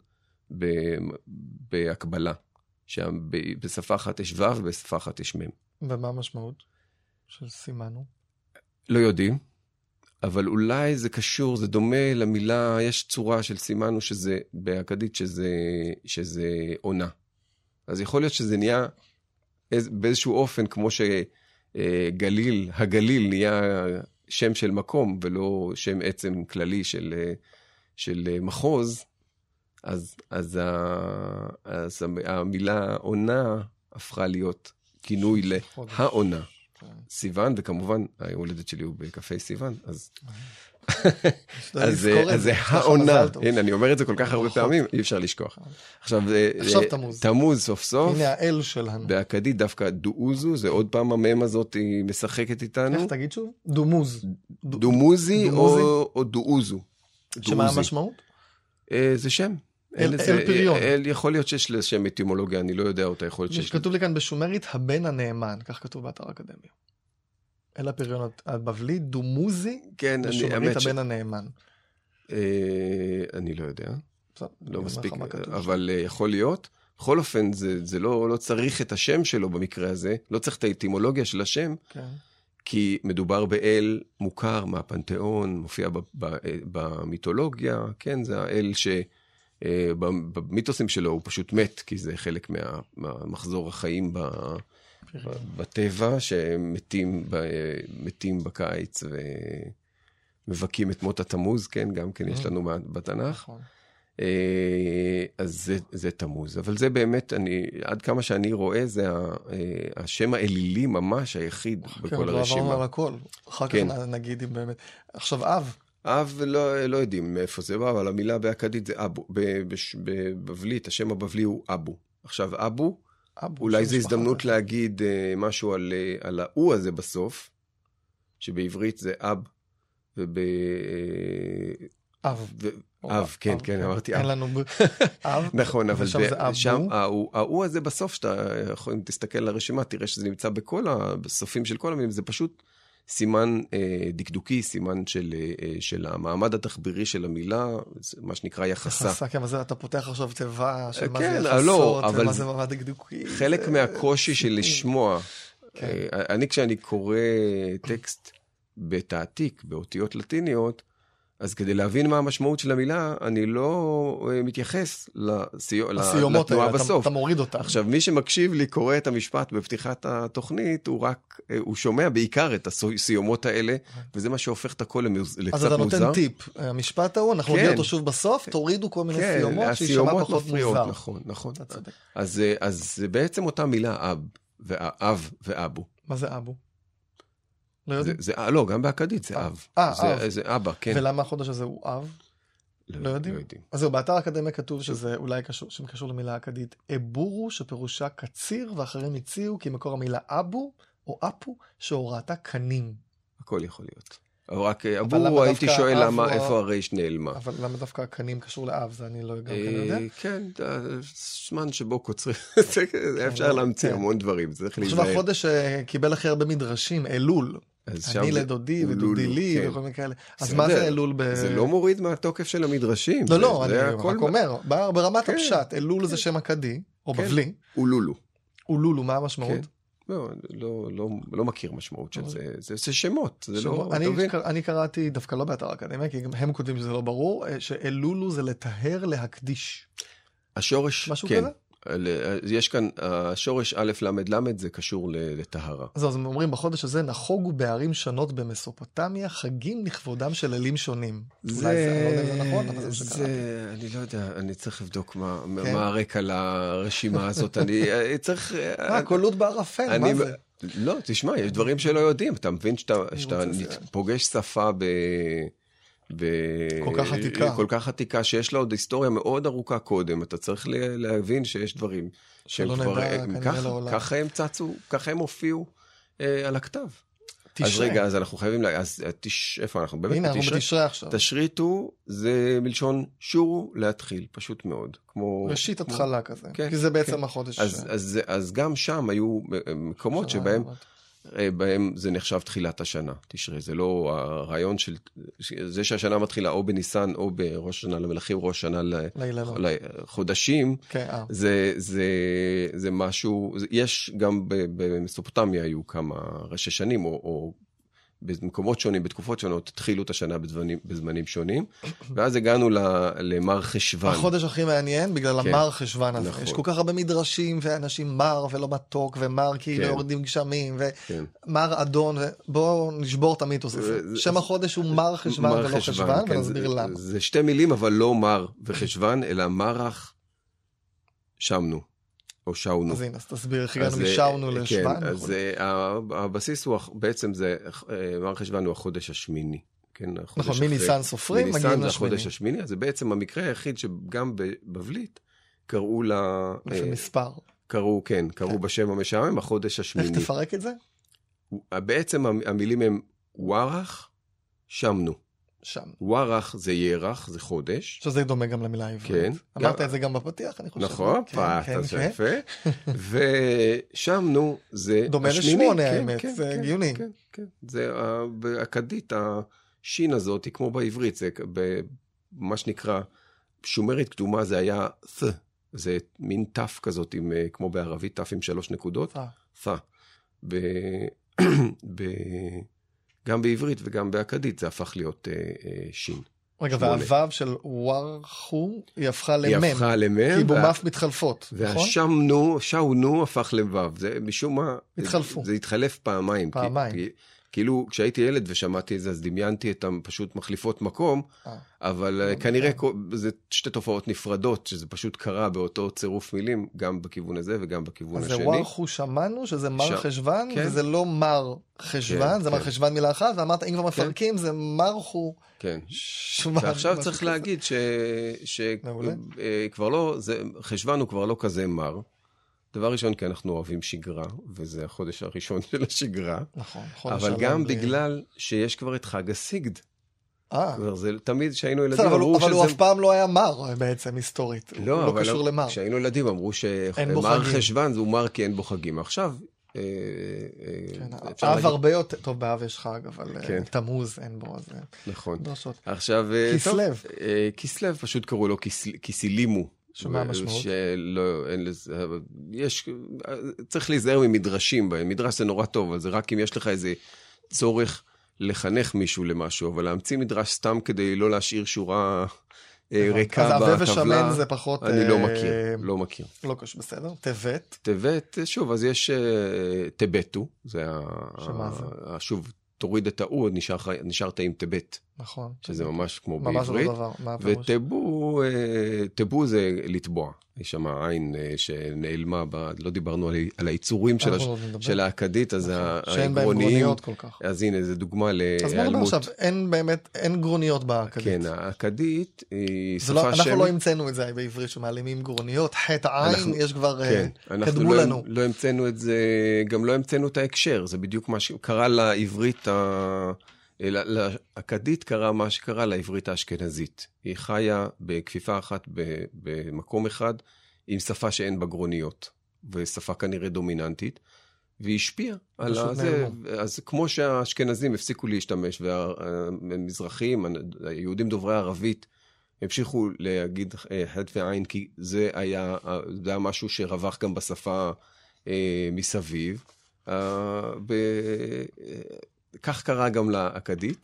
בהקבלה. שבשפה אחת יש ו' ובשפה אחת יש מ'. ומה המשמעות של סימנו? לא יודעים, אבל אולי זה קשור, זה דומה למילה, יש צורה של סימנו שזה, באקדית שזה, שזה עונה. אז יכול להיות שזה נהיה באיזשהו אופן כמו שגליל, הגליל נהיה שם של מקום ולא שם עצם כללי של, של מחוז, אז, אז, ה, אז המילה עונה הפכה להיות כינוי להעונה. סיוון, וכמובן, ההולדת שלי הוא בקפה סיוון, אז... אז זה העונה, הנה, אני אומר את זה כל כך הרבה פעמים, אי אפשר לשכוח. עכשיו, תמוז סוף סוף. הנה האל שלנו. באכדית דווקא דואוזו, זה עוד פעם המם הזאת היא משחקת איתנו. איך תגיד שוב? דומוז. דומוזי או דואוזו. שמה המשמעות? זה שם. אל פריון. יכול להיות שיש לשם אטימולוגיה, אני לא יודע אותה, יכול להיות שיש... כתוב לי כאן בשומרית, הבן הנאמן, כך כתוב באתר האקדמיה. אל הפריון הבבלי, דומוזי, בשומרית הבן הנאמן. אני לא יודע, לא מספיק, אבל יכול להיות. בכל אופן, זה לא צריך את השם שלו במקרה הזה, לא צריך את האטימולוגיה של השם, כי מדובר באל מוכר מהפנתיאון, מופיע במיתולוגיה, כן, זה האל ש... במיתוסים שלו הוא פשוט מת, כי זה חלק מהמחזור החיים בטבע, שמתים מתים בקיץ ומבקים את מות התמוז, כן, גם כן יש לנו בתנ"ך. אז זה, זה תמוז. אבל זה באמת, אני, עד כמה שאני רואה, זה השם האלילי ממש היחיד בכל הרשימה. כן, עברנו על הכל. אחר כך נגיד אם באמת. עכשיו, אב. אב, לא, לא יודעים מאיפה זה בא, אבל המילה באכדית זה אבו. בבבלית, השם הבבלי הוא אבו. עכשיו, אבו, אבו אולי זו הזדמנות להגיד משהו על, על האו הזה בסוף, שבעברית זה אב, וב... אב. אב, כן, כן, אמרתי אב. אין לנו אב. נכון, אבל שם, האו הזה בסוף, אם תסתכל על הרשימה, תראה שזה נמצא בכל הסופים של כל המילים, זה פשוט סימן דקדוקי, סימן של המעמד התחבירי של המילה, מה שנקרא יחסה. יחסה, כן, אז אתה פותח עכשיו תיבה של מה זה יחסות, ומה זה מעמד דקדוקי. חלק מהקושי של לשמוע, אני כשאני קורא טקסט בתעתיק, באותיות לטיניות, אז כדי להבין מה המשמעות של המילה, אני לא מתייחס לתנועה בסוף. אתה מוריד אותה. עכשיו, מי שמקשיב לי קורא את המשפט בפתיחת התוכנית, הוא רק, הוא שומע בעיקר את הסיומות האלה, וזה מה שהופך את הכל לקצת מוזר. אז אתה נותן טיפ. המשפט ההוא, אנחנו נגיד אותו שוב בסוף, תורידו כל מיני סיומות, שישמע פחות מוזר. נכון, נכון. אז זה בעצם אותה מילה אב, ואב ואבו. מה זה אבו? זה, לא, גם באכדית זה אב. זה אבא, כן. ולמה החודש הזה הוא אב? לא יודעים? אז זהו, באתר האקדמיה כתוב שזה אולי קשור למילה האכדית אבורו, שפירושה קציר, ואחרים הציעו כי מקור המילה אבו או אפו, שהוראתה קנים. הכל יכול להיות. רק אבורו, הייתי שואל למה, איפה הרייש נעלמה. אבל למה דווקא הקנים קשור לאב, זה אני לא גם כן יודע. כן, זמן שבו קוצרים, אפשר להמציא המון דברים. עכשיו החודש קיבל הכי הרבה מדרשים, אלול. אני לדודי ודודי לי וכל מיני כאלה. אז מה זה אלול? זה לא מוריד מהתוקף של המדרשים. לא, לא, אני רק אומר, ברמת הפשט, אלול זה שם אכדי, או בבלי. אולולו. אולולו, מה המשמעות? לא מכיר משמעות של זה, זה שמות. אני קראתי דווקא לא באתר האקדמיה, כי הם כותבים שזה לא ברור, שאלולו זה לטהר, להקדיש. השורש, משהו כן. כזה? יש כאן, השורש א' למד למד זה קשור לטהרה. אז הם אומרים, בחודש הזה נחוגו בערים שונות במסופוטמיה, חגים לכבודם של אלים שונים. זה, זה נכון, אבל זה שקראתי. אני לא יודע, אני צריך לבדוק מה, כן. מה הרקע לרשימה הזאת. אני צריך... מה, קולות בערפל, מה זה? לא, תשמע, יש דברים שלא יודעים. אתה מבין שאתה, שאתה פוגש שפה ב... כל כך עתיקה. כל כך עתיקה, שיש לה עוד היסטוריה מאוד ארוכה קודם, אתה צריך להבין שיש דברים שהם כבר, ככה הם צצו, ככה הם הופיעו על הכתב. אז רגע, אז אנחנו חייבים, אז איפה אנחנו? הנה, אנחנו בתשרי עכשיו. תשריטו זה מלשון שורו להתחיל, פשוט מאוד. ראשית התחלה כזה, כי זה בעצם החודש. אז גם שם היו מקומות שבהם, בהם זה נחשב תחילת השנה, תשרי, זה לא הרעיון של, זה שהשנה מתחילה או בניסן או בראש השנה למלכים, ראש השנה לחודשים, זה, זה, זה משהו, יש גם במסופוטמיה היו כמה ראשי שנים, או, או במקומות שונים, בתקופות שונות, התחילו את השנה בזמנים, בזמנים שונים, ואז הגענו למר חשוון. החודש הכי מעניין, בגלל כן, המר חשוון הזה. נכון. יש כל כך הרבה מדרשים, ואנשים מר ולא מתוק, ומר כי כן. לא יורדים גשמים, ומר כן. אדון, ובואו נשבור את המיתוס הזה. ו... שם החודש הוא מר חשוון ולא חשוון, חשוון כן, ונסביר זה, למה. זה שתי מילים, אבל לא מר וחשוון, אלא מרח שמנו. או שעונו. אז הנה, אז תסביר איך הגענו משעונו לשבן. כן, אז הבסיס הוא, בעצם זה, מר חשוון הוא החודש השמיני, כן, נכון, מניסן סופרים, מגיעים לשמיני. מניסן זה החודש השמיני, אז זה בעצם המקרה היחיד שגם בבבלית קראו לה... לפי מספר. קראו, כן, קראו בשם המשעמם, החודש השמיני. איך תפרק את זה? בעצם המילים הם ווארח, שמנו. שם. ווארח זה ירח, זה חודש. שזה דומה גם למילה העברית. כן. אמרת את זה גם בפתיח, אני חושב. נכון, פעת, אז יפה. ושמנו זה דומה לשמונה, האמת, זה הגיוני. כן, כן. זה באכדית, השין הזאת היא כמו בעברית, זה מה שנקרא, שומרית קדומה זה היה th, זה מין תף כזאת, כמו בערבית, תף עם שלוש נקודות. th. גם בעברית וגם באכדית זה הפך להיות אה, אה, שין. רגע, והוו של וורחו, היא הפכה למם. היא הפכה למם. כי בומף מתחלפות, נכון? והשמנו, שעונו הפך לוו. זה משום מה... התחלפו. זה התחלף פעמיים. פעמיים. כי, כאילו, כשהייתי ילד ושמעתי את זה, אז דמיינתי את פשוט מחליפות מקום, 아, אבל כנראה זה שתי תופעות נפרדות, שזה פשוט קרה באותו צירוף מילים, גם בכיוון הזה וגם בכיוון השני. אז זה וורחו שמענו, שזה מר ש... חשבן, כן. וזה לא מר חשבן, כן, זה כן. מר חשבן מילה אחת, ואמרת, אם כבר מפרקים, כן. זה מרחו כן. שוון. ועכשיו צריך להגיד שכבר לא, זה, חשבן הוא כבר לא כזה מר, דבר ראשון, כי אנחנו אוהבים שגרה, וזה החודש הראשון של השגרה. נכון. אבל גם בגלל שיש כבר את חג הסיגד. אה. זה תמיד שהיינו ילדים אמרו שזה... אבל הוא אף פעם לא היה מר בעצם, היסטורית. לא, הוא לא קשור למר. כשהיינו ילדים אמרו שמר חשבן זה מר כי אין בו חגים. עכשיו... אב הרבה יותר... טוב, באב יש חג, אבל תמוז אין בו. נכון. עכשיו... כסלב. כסלב פשוט קראו לו כסילימו. שמה המשמעות? שלא, אין לזה, יש, צריך להיזהר ממדרשים בהם, מדרש זה נורא טוב, אבל זה רק אם יש לך איזה צורך לחנך מישהו למשהו, אבל להמציא מדרש סתם כדי לא להשאיר שורה ריקה בטבלה. אז עבה ושמן זה פחות... אני לא מכיר, לא מכיר. לא קשה, בסדר. טבת? טבת, שוב, אז יש טבטו, זה שמה זה? שוב, תוריד את האו, נשארת עם טבת. נכון. שזה ממש כמו ממש בעברית. לא דבר, מה הפירוש? וטבו, טבו זה לטבוע. יש שם עין שנעלמה, ב, לא דיברנו על, על היצורים של, הש, של האכדית, אז נכון. שאין בהם גרוניות כל כך. אז הנה, זו דוגמה להיעלמות. אז בוא נדבר עכשיו, אין באמת, אין גרוניות באכדית. כן, האכדית היא שפה לא, שם... אנחנו לא המצאנו את זה בעברית, שמעלימים גרוניות, חטא עין, אנחנו, יש כבר, כן, קדמו לא, לנו. לא המצאנו את זה, גם לא המצאנו את ההקשר, זה בדיוק מה שקרה לעברית ה... לאכדית קרה מה שקרה לעברית האשכנזית. היא חיה בכפיפה אחת במקום אחד, עם שפה שאין בה גרוניות, ושפה כנראה דומיננטית, והיא השפיעה על זה. אז כמו שהאשכנזים הפסיקו להשתמש, והמזרחים, היהודים דוברי ערבית, המשיכו להגיד חטא ועין, כי זה היה, זה היה משהו שרווח גם בשפה מסביב. ב... כך קרה גם לאכדית,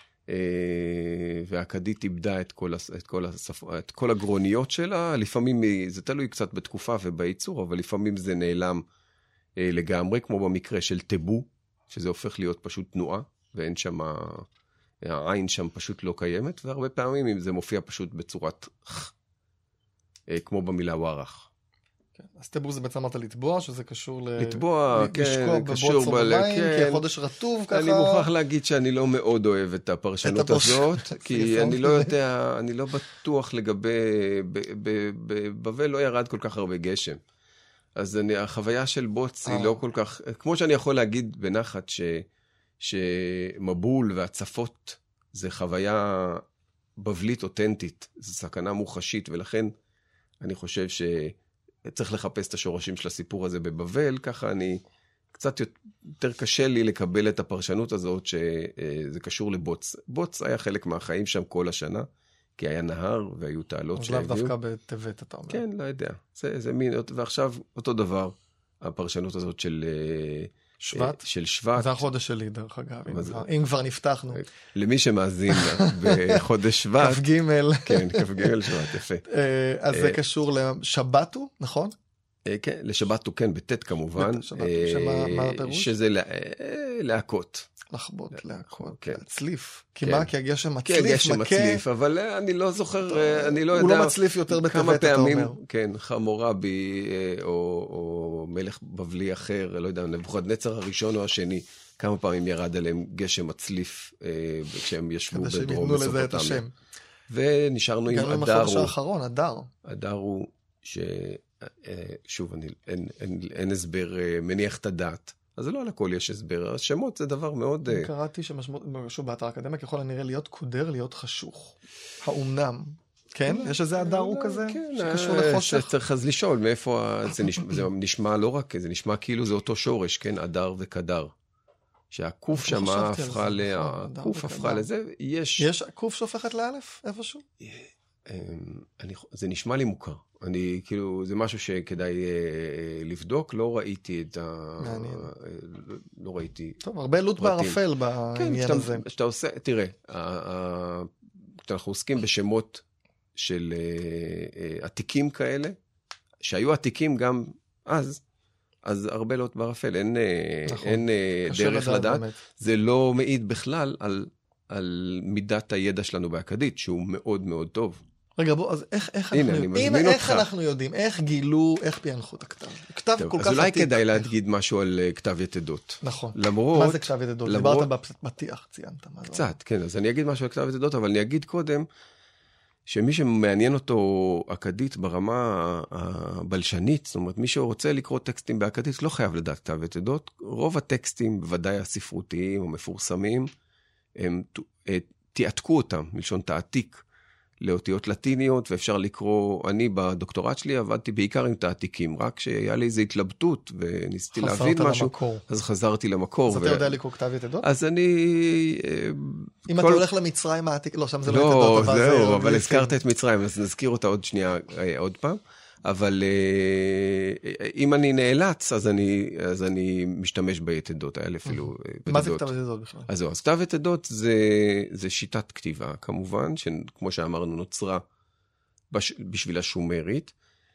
והאכדית איבדה את כל, את, כל השפ... את כל הגרוניות שלה, לפעמים זה תלוי קצת בתקופה ובייצור, אבל לפעמים זה נעלם לגמרי, כמו במקרה של טבו, שזה הופך להיות פשוט תנועה, ואין שם, העין שם פשוט לא קיימת, והרבה פעמים זה מופיע פשוט בצורת כמו במילה ווארח. כן. אז טבו זה בעצם אמרת לטבוע, שזה קשור ל... לטבוע, כן, לשקוע בבוץ או במים, כי החודש רטוב ככה. אני מוכרח להגיד שאני לא מאוד אוהב את הפרשנות הזאת, כי אני לא יודע, אני לא בטוח לגבי, בבבל לא ירד כל כך הרבה גשם. אז אני, החוויה של בוץ היא לא כל כך, כמו שאני יכול להגיד בנחת, ש, שמבול והצפות זה חוויה בבלית אותנטית, זו סכנה מוחשית, ולכן אני חושב ש... צריך לחפש את השורשים של הסיפור הזה בבבל, ככה אני, קצת יותר קשה לי לקבל את הפרשנות הזאת שזה קשור לבוץ. בוץ היה חלק מהחיים שם כל השנה, כי היה נהר והיו תעלות שהביאו. אז לאו דווקא בטבת, אתה אומר. כן, לא יודע. זה, זה מין, ועכשיו אותו דבר, הפרשנות הזאת של... שבט? של שבט. זה החודש שלי, דרך אגב, אם, זה... כבר, אם כבר נפתחנו. למי שמאזין בחודש שבט. כף גימל. כן, כף גימל שבט, יפה. אז זה קשור לשבתו, נכון? כן, לשבתו, כן, בתת כמובן. שבתו, שמה הפירוש? שזה להכות. לחבוט, להכות, להצליף. כי מה? כי הגשם מצליף, מכה. כי הגשם מצליף, אבל אני לא זוכר, אני לא יודע. הוא לא מצליף יותר בטבת, אתה אומר. כן, חמורבי, או מלך בבלי אחר, לא יודע, נבוכדנצר הראשון או השני, כמה פעמים ירד עליהם גשם מצליף, כשהם ישבו בדרום מסופוטמיה. ונשארנו עם אדר. גם עם החודש האחרון, אדר. אדר הוא ש... שוב, אני, אין, אין, אין הסבר מניח את הדעת. אז לא על הכל יש הסבר. השמות זה דבר מאוד... קראתי שמשהו באתר האקדמיה ככל הנראה להיות קודר, להיות חשוך. האומנם. כן? יש איזה אדר הוא כזה? שקשור לחושך? צריך אז לשאול מאיפה... זה נשמע לא רק, זה נשמע כאילו זה אותו שורש, כן? אדר וקדר. שהקוף שמה הפכה ל... הקוף הפכה לזה, יש... יש קוף שהופכת לאלף איפשהו? זה נשמע לי מוכר. אני, כאילו, זה משהו שכדאי לבדוק, לא ראיתי את ה... מעניין. לא ראיתי... טוב, הרבה לוט בערפל בעניין הזה. כן, שאתה עושה, תראה, אנחנו עוסקים בשמות של עתיקים כאלה, שהיו עתיקים גם אז, אז הרבה לוט בערפל, אין, נכון. אין דרך לדעת. באמת. זה לא מעיד בכלל על, על מידת הידע שלנו באקדית, שהוא מאוד מאוד טוב. רגע, בוא, אז איך, איך, הנה, אנחנו, הנה, איך אנחנו יודעים, איך גילו, איך פענחו את הכתב? כתב טוב, כל אז כך אולי עתיק. כדאי להגיד משהו על כתב יתדות. נכון. למרות... מה זה כתב יתדות? למרות... דיברת בפתיח, ציינת. קצת, כן, אז אני אגיד משהו על כתב יתדות, אבל אני אגיד קודם, שמי שמעניין אותו אקדית ברמה הבלשנית, זאת אומרת, מי שרוצה לקרוא טקסטים באקדית, לא חייב לדעת כתב יתדות. רוב הטקסטים, בוודאי הספרותיים או מפורסמים, הם תעתקו אותם, מלשון תעתיק, לאותיות לטיניות, ואפשר לקרוא, אני בדוקטורט שלי עבדתי בעיקר עם תעתיקים, רק שהיה לי איזו התלבטות, וניסיתי להבין משהו, למקור. אז חזרתי למקור. אז ו... אתה יודע לקרוא כתב יתדות? אז אני... אם כל... אתה הולך למצרים העתיק, לא, שם זה לא, לא יתדות, אבל זהו, זה... אבל הזכרת את מצרים, אז נזכיר אותה עוד שנייה, עוד פעם. אבל אם אני נאלץ, אז אני, אז אני משתמש ביתדות האלה אפילו. מה זה כתב יתדות בכלל? אז זהו, אז כתב יתדות זה, זה שיטת כתיבה, כמובן, שכמו שאמרנו, נוצרה בש, בשביל השומרית.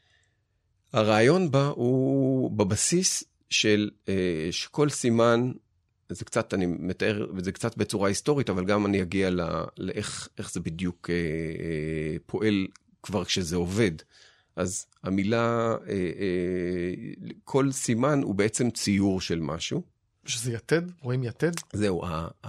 הרעיון בה הוא בבסיס של שכל סימן, זה קצת, אני מתאר, וזה קצת בצורה היסטורית, אבל גם אני אגיע לא, לאיך, איך זה בדיוק פועל כבר כשזה עובד. אז המילה, אה, אה, כל סימן הוא בעצם ציור של משהו. שזה יתד? רואים יתד? זהו,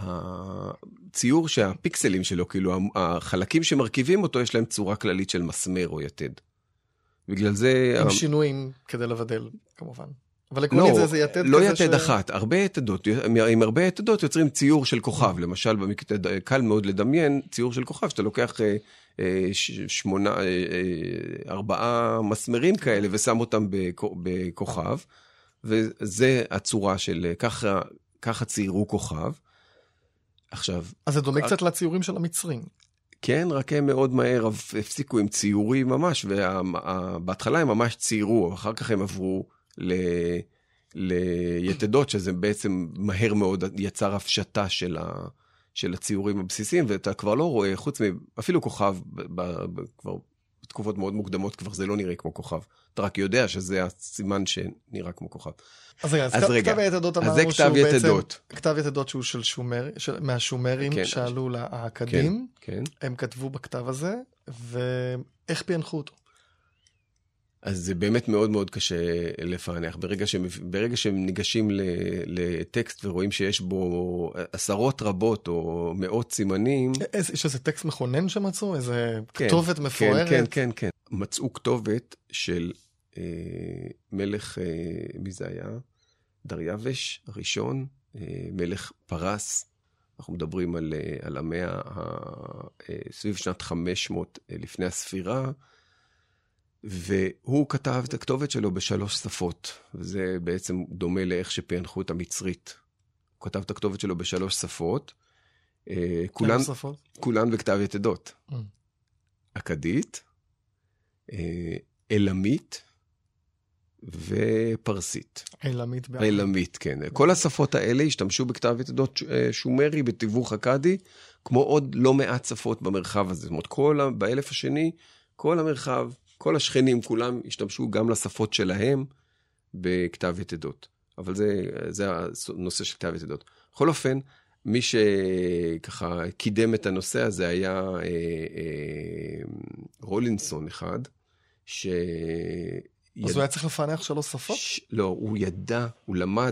הציור שהפיקסלים שלו, כאילו החלקים שמרכיבים אותו, יש להם צורה כללית של מסמר או יתד. בגלל זה... עם שינויים כדי לבדל, כמובן. אבל עקרונית זה, זה יתד לא כזה יתד ש... אחת, הרבה יתדות, עם הרבה יתדות יוצרים ציור של כוכב, למשל, במקרה, קל מאוד לדמיין ציור של כוכב, שאתה לוקח שמונה, ארבעה מסמרים כאלה, ושם אותם בכוכב, וזה הצורה של ככה, ככה ציירו כוכב. עכשיו... אז זה דומה קצת לציורים של המצרים. כן, רק הם מאוד מהר הפסיקו עם ציורים ממש, ובהתחלה הם ממש ציירו, אחר כך הם עברו ל... ליתדות, שזה בעצם מהר מאוד יצר הפשטה של, ה... של הציורים הבסיסיים, ואתה כבר לא רואה, חוץ מאפילו כוכב, ב... ב... כבר בתקופות מאוד מוקדמות, כבר זה לא נראה כמו כוכב. אתה רק יודע שזה הסימן שנראה כמו כוכב. אז רגע, אז, אז רגע, כתב היתדות אמרנו שהוא בעצם, כתב יתדות שהוא של שומר, של, מהשומרים כן, שעלו ש... לאקדים, כן, כן. הם כתבו בכתב הזה, ואיך פענחו אותו? אז זה באמת מאוד מאוד קשה לפענח. ברגע שהם, ברגע שהם ניגשים לטקסט ורואים שיש בו עשרות רבות או מאות סימנים... יש איזה טקסט מכונן שמצאו? איזה כן, כתובת מפוארת? כן, כן, כן, כן. מצאו כתובת של אה, מלך, אה, מי זה היה? דריווש הראשון, אה, מלך פרס. אנחנו מדברים על, על המאה, אה, סביב שנת חמש מאות אה, לפני הספירה, והוא כתב את הכתובת שלו בשלוש שפות, וזה בעצם דומה לאיך שפענחו את המצרית. הוא כתב את הכתובת שלו בשלוש שפות, כולן, כולן בכתב יתדות. Mm. אקדית, אלמית ופרסית. אלמית בעצם. אלמית, כן. כל השפות האלה השתמשו בכתב יתדות שומרי בתיווך אקדי, כמו עוד לא מעט שפות במרחב הזה. זאת אומרת, כל, באלף השני, כל המרחב, כל השכנים כולם השתמשו גם לשפות שלהם בכתב יתדות. אבל זה, זה הנושא של כתב יתדות. בכל אופן, מי שככה קידם את הנושא הזה היה אה, אה, רולינסון אחד, ש... אז יד... הוא היה צריך לפענח שלוש שפות? ש... לא, הוא ידע, הוא למד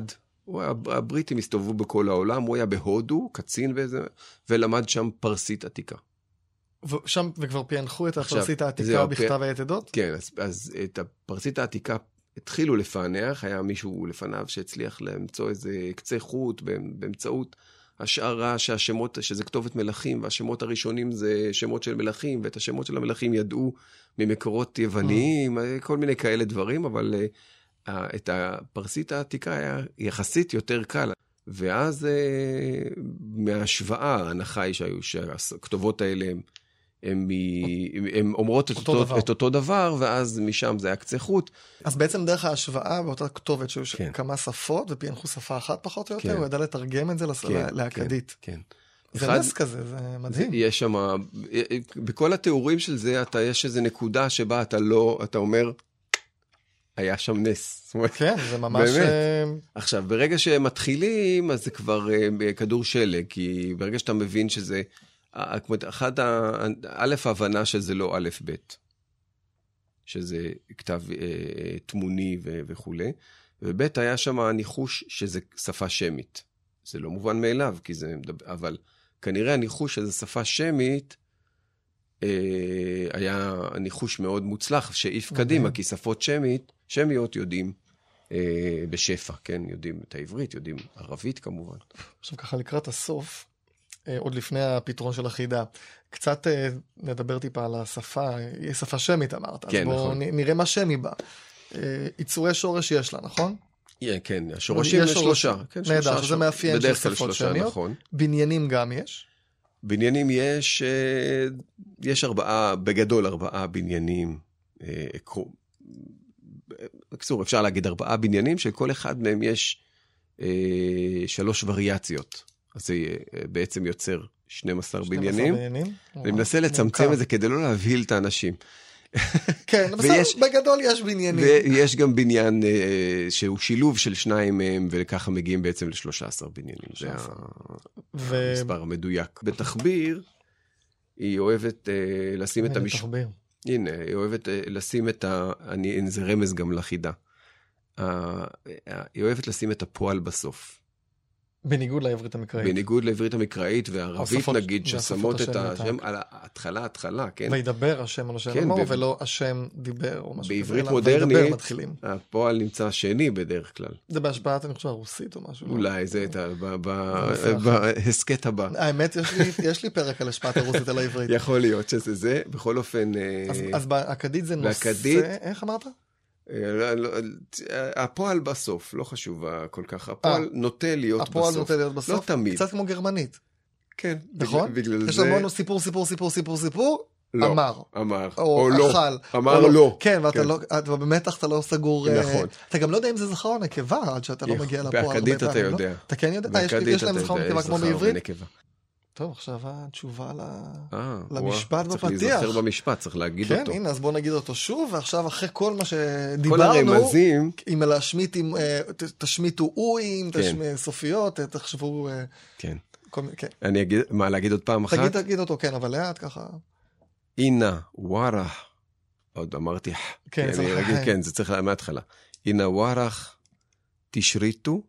הוא היה, הבריטים הסתובבו בכל העולם, הוא היה בהודו, קצין וזה, ולמד שם פרסית עתיקה. ושם, וכבר פענחו את הפרסית העתיקה בכתב היתדות? כן, אז, אז את הפרסית העתיקה התחילו לפענח, היה מישהו לפניו שהצליח למצוא איזה קצה חוט באמצעות השערה שהשמות, שזה כתובת מלכים, והשמות הראשונים זה שמות של מלכים, ואת השמות של המלכים ידעו ממקורות יווניים, כל מיני כאלה דברים, אבל uh, את הפרסית העתיקה היה יחסית יותר קל. ואז uh, מההשוואה, ההנחה היא שהיו, שהכתובות האלה הם, הם, הם, הם אומרות את אותו, אותו, את אותו דבר, ואז משם זה היה קצה חוט. אז בעצם דרך ההשוואה באותה כתובת, שהיו כן. כמה שפות, ופענחו שפה אחת פחות או יותר, כן. הוא ידע לתרגם את זה כן, לאקדית. כן, כן. זה אחד, נס כזה, זה מדהים. יש שם, בכל התיאורים של זה, אתה, יש איזו נקודה שבה אתה לא, אתה אומר, היה שם נס. כן, זה ממש... באמת. עכשיו, ברגע שהם מתחילים, אז זה כבר כדור שלג, כי ברגע שאתה מבין שזה, אחד, א', ההבנה שזה לא א' ב', שזה כתב תמוני וכו', וב' היה שם הניחוש שזה שפה שמית. זה לא מובן מאליו, כי זה מדבר, אבל כנראה הניחוש שזה שפה שמית, אה, היה ניחוש מאוד מוצלח, שאיף קדימה, כי שפות שמית, שמיות יודעים אה, בשפע, כן? יודעים את העברית, יודעים ערבית כמובן. עכשיו ככה לקראת הסוף, אה, עוד לפני הפתרון של החידה, קצת אה, נדבר טיפה על השפה, היא שפה שמית אמרת, כן, אז בואו נכון. נראה מה שמי בה. אה, יצורי שורש יש לה, נכון? כן, השורשים יש שלושה. נהדר, שזה מאפיין של שפות שמיות. נכון. בניינים גם יש? בניינים יש, יש ארבעה, בגדול ארבעה בניינים. בקצור, אפשר להגיד ארבעה בניינים, שכל אחד מהם יש שלוש וריאציות. אז זה בעצם יוצר שנים עשר בניינים. אני מנסה לצמצם את זה כדי לא להבהיל את האנשים. כן, בסדר, בגדול יש בניינים. ויש גם בניין שהוא שילוב של שניים מהם, וככה מגיעים בעצם ל-שלושה עשר בניינים. זה המספר המדויק. בתחביר, היא אוהבת לשים את המשפט. הנה, היא אוהבת לשים את ה... זה רמז גם לחידה. היא אוהבת לשים את הפועל בסוף. בניגוד לעברית המקראית. בניגוד לעברית המקראית והערבית נגיד, ששמות את השם על ההתחלה, התחלה, כן? וידבר השם על השם אמור, ולא השם דיבר או משהו. בעברית מודרנית, הפועל נמצא שני בדרך כלל. זה בהשפעת, אני חושב, הרוסית או משהו. אולי, זה בהסקט הבא. האמת, יש לי פרק על השפעת הרוסית על העברית. יכול להיות שזה זה, בכל אופן... אז באקדית זה נושא, איך אמרת? הפועל בסוף, לא חשוב כל כך, הפועל נוטה להיות בסוף. הפועל נוטה להיות בסוף? לא תמיד. קצת כמו גרמנית. כן. נכון? בגלל זה... יש לנו סיפור, סיפור, סיפור, סיפור, סיפור, אמר. אמר. או לא. אמר לא. כן, ואתה במתח, אתה לא סגור. נכון. אתה גם לא יודע אם זה זכר או נקבה, עד שאתה לא מגיע לפועל. באקדית אתה יודע. אתה כן יודע? יש להם זכר או נקבה כמו בעברית? טוב, עכשיו התשובה למשפט בפתיח. צריך להיזכר במשפט, צריך להגיד אותו. כן, הנה, אז בואו נגיד אותו שוב, ועכשיו אחרי כל מה שדיברנו, אם להשמיט, תשמיטו אויים, סופיות, תחשבו... כן. אני אגיד, מה, להגיד עוד פעם אחת? תגיד, תגיד אותו, כן, אבל לאט ככה. אינה ווארח, עוד אמרתי, כן, כן, זה צריך מההתחלה. אינה ווארח, תשריטו,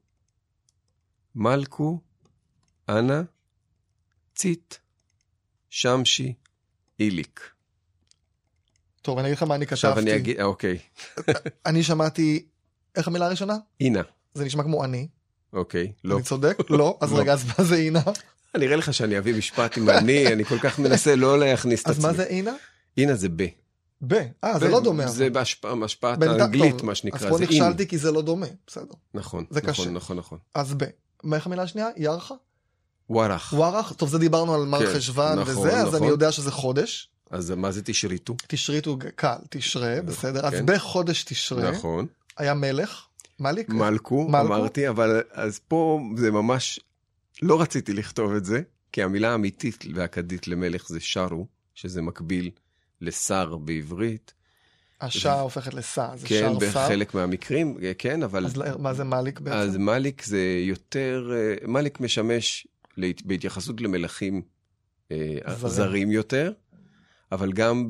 מלכו, אנה, ציט, שמשי, איליק. טוב, אני אגיד לך מה אני כתבתי. עכשיו אני אגיד, אוקיי. אני שמעתי, איך המילה הראשונה? אינה. זה נשמע כמו אני. אוקיי, לא. אני צודק? לא, אז רגע, אז מה זה אינה? אני אראה לך שאני אביא משפט עם אני, אני כל כך מנסה לא להכניס את עצמי. אז מה זה אינה? אינה זה ב. ב, אה, זה לא דומה. זה בהשפעת האנגלית, מה שנקרא, אז פה נכשלתי כי זה לא דומה, בסדר. נכון, נכון, נכון, נכון. אז ב. מה איך המילה השנייה? ירחה? ווארח. ווארח, טוב, זה דיברנו על מר חשוון וזה, אז אני יודע שזה חודש. אז מה זה תשריטו? תשריטו קל, תשרה, בסדר. אז בחודש תשרה, נכון. היה מלך, מליק. מלכו, אמרתי, אבל אז פה זה ממש, לא רציתי לכתוב את זה, כי המילה האמיתית והאקדית למלך זה שרו, שזה מקביל לשר בעברית. השעה הופכת לסע, זה כן, שר שר. בחלק מהמקרים, כן, אבל... אז מה זה מליק בעצם? אז מליק זה יותר, מליק משמש בהתייחסות למלכים זרים יותר, אבל גם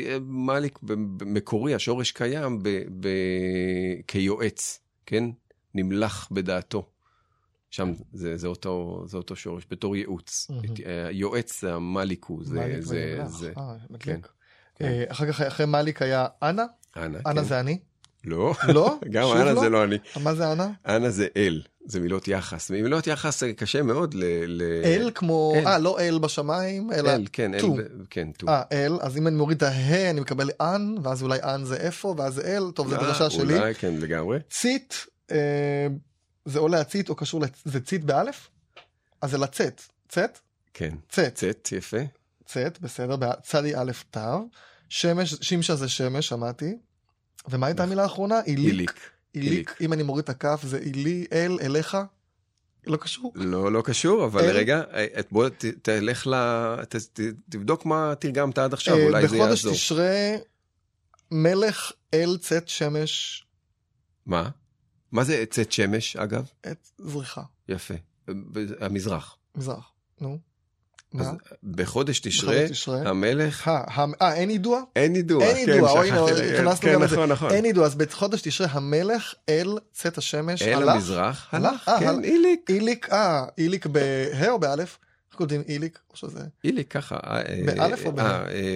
מליק מקורי, השורש קיים כיועץ, כן? נמלח בדעתו. שם זה, זה, אותו, זה אותו שורש, בתור ייעוץ. Mm-hmm. יועץ זה המליקו. זה, מליק זה, ונמלח. זה, אה, מדליק. כן. אה, אחר כך, אחרי מליק היה אנה. אנה, אנה כן. זה אני? לא. לא? גם אנה לא? זה לא אני. מה זה אנה? אנה זה אל. זה מילות יחס. מילות יחס קשה מאוד ל... ל... אל כמו... אה, לא אל בשמיים, אלא... אל, כן, טו. אל, כן, טו. אה, אל, אז אם אני מוריד את ההא, אני מקבל אן, ואז אולי אן זה איפה, ואז זה אל, טוב, זה דרשה שלי. אולי, כן, לגמרי. צית, אה, זה או להצית או קשור, לצ... זה צית באלף? אז זה לצאת. צאת? כן. צאת. צאת, יפה. צאת, בסדר, צדי א' תו. שמש, שמשה זה שמש, שמעתי. ומה הייתה המילה האחרונה? איליק. איליק. איליק. אם אני מוריד את הכף, זה אילי, אל, אליך. לא קשור. לא, לא קשור, אבל אל... רגע, בוא ת, תלך ל... ת, ת, תבדוק מה תרגמת עד עכשיו, אולי זה יעזור. בחודש תשרה, מלך אל צאת שמש. מה? מה זה צאת שמש, אגב? את זריחה. יפה. המזרח. מזרח, נו. אז מה? בחודש תשרה, בחודש תשרה. המלך... אה, אה, אין ידוע? אין ידוע, אין כן, ידוע, אוי, שכחתי. הכנסנו כן, גם את זה. נכון, נכון. אין ידוע, אז בחודש תשרה המלך אל צאת השמש הלך. אל המזרח, הלך, אה, כן, הלך. איליק. איליק, אה, איליק בה' או באלף? איך קוראים איליק? או שזה... איליק, ככה. באלף או ב...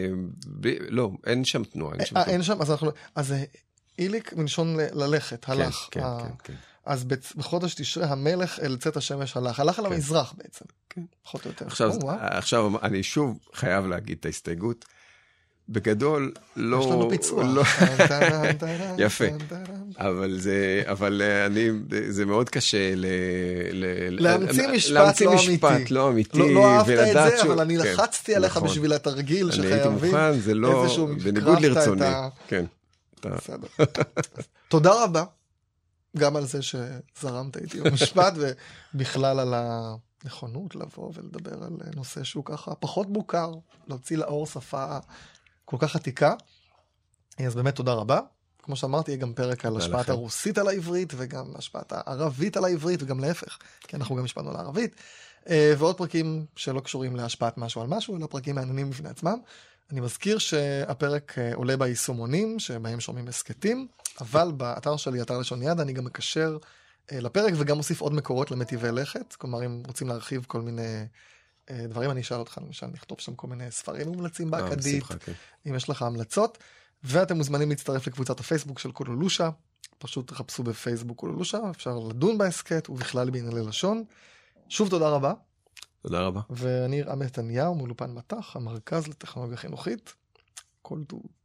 לא, אין שם תנועה. אה, אין שם, אז אנחנו... אז איליק מלשון ללכת, הלך. כן, כן, כן. אז בחודש תשרה המלך אל צאת השמש הלך. הלך על המזרח בעצם. כן. פחות או יותר. עכשיו אני שוב חייב להגיד את ההסתייגות. בגדול, לא... יש לנו פיצוח. יפה. אבל זה, אבל אני, זה מאוד קשה ל... להמציא משפט לא אמיתי. משפט לא אמיתי. לא אהבת את זה, אבל אני לחצתי עליך בשביל התרגיל שחייבים. אני הייתי מוכן, זה לא... בניגוד לרצוני. כן. בסדר. תודה רבה. גם על זה שזרמת איתי במשפט, ובכלל על הנכונות לבוא ולדבר על נושא שהוא ככה פחות מוכר, להוציא לאור שפה כל כך עתיקה. אז באמת תודה רבה. כמו שאמרתי, יהיה גם פרק על השפעת הרוסית על העברית, וגם השפעת הערבית על העברית, וגם להפך, כי אנחנו גם השפענו על הערבית. ועוד פרקים שלא קשורים להשפעת משהו על משהו, אלא פרקים מעניינים בפני עצמם. אני מזכיר שהפרק עולה ביישומונים, שבהם שומעים הסקטים, אבל באתר שלי, אתר לשון יד, אני גם מקשר לפרק, וגם מוסיף עוד מקורות למטיבי לכת. כלומר, אם רוצים להרחיב כל מיני דברים, אני אשאל אותך, למשל, נכתוב שם כל מיני ספרים מומלצים באקדית, אם יש לך המלצות, ואתם מוזמנים להצטרף לקבוצת הפייסבוק של קולולושה, פשוט תחפשו בפייסבוק קולולושה, אפשר לדון בהסקט, ובכלל בענייני לשון. שוב תודה רבה. תודה רבה. ואני רם נתניהו, מאולפן מטח, המרכז לטכנולוגיה חינוכית. כל טוב.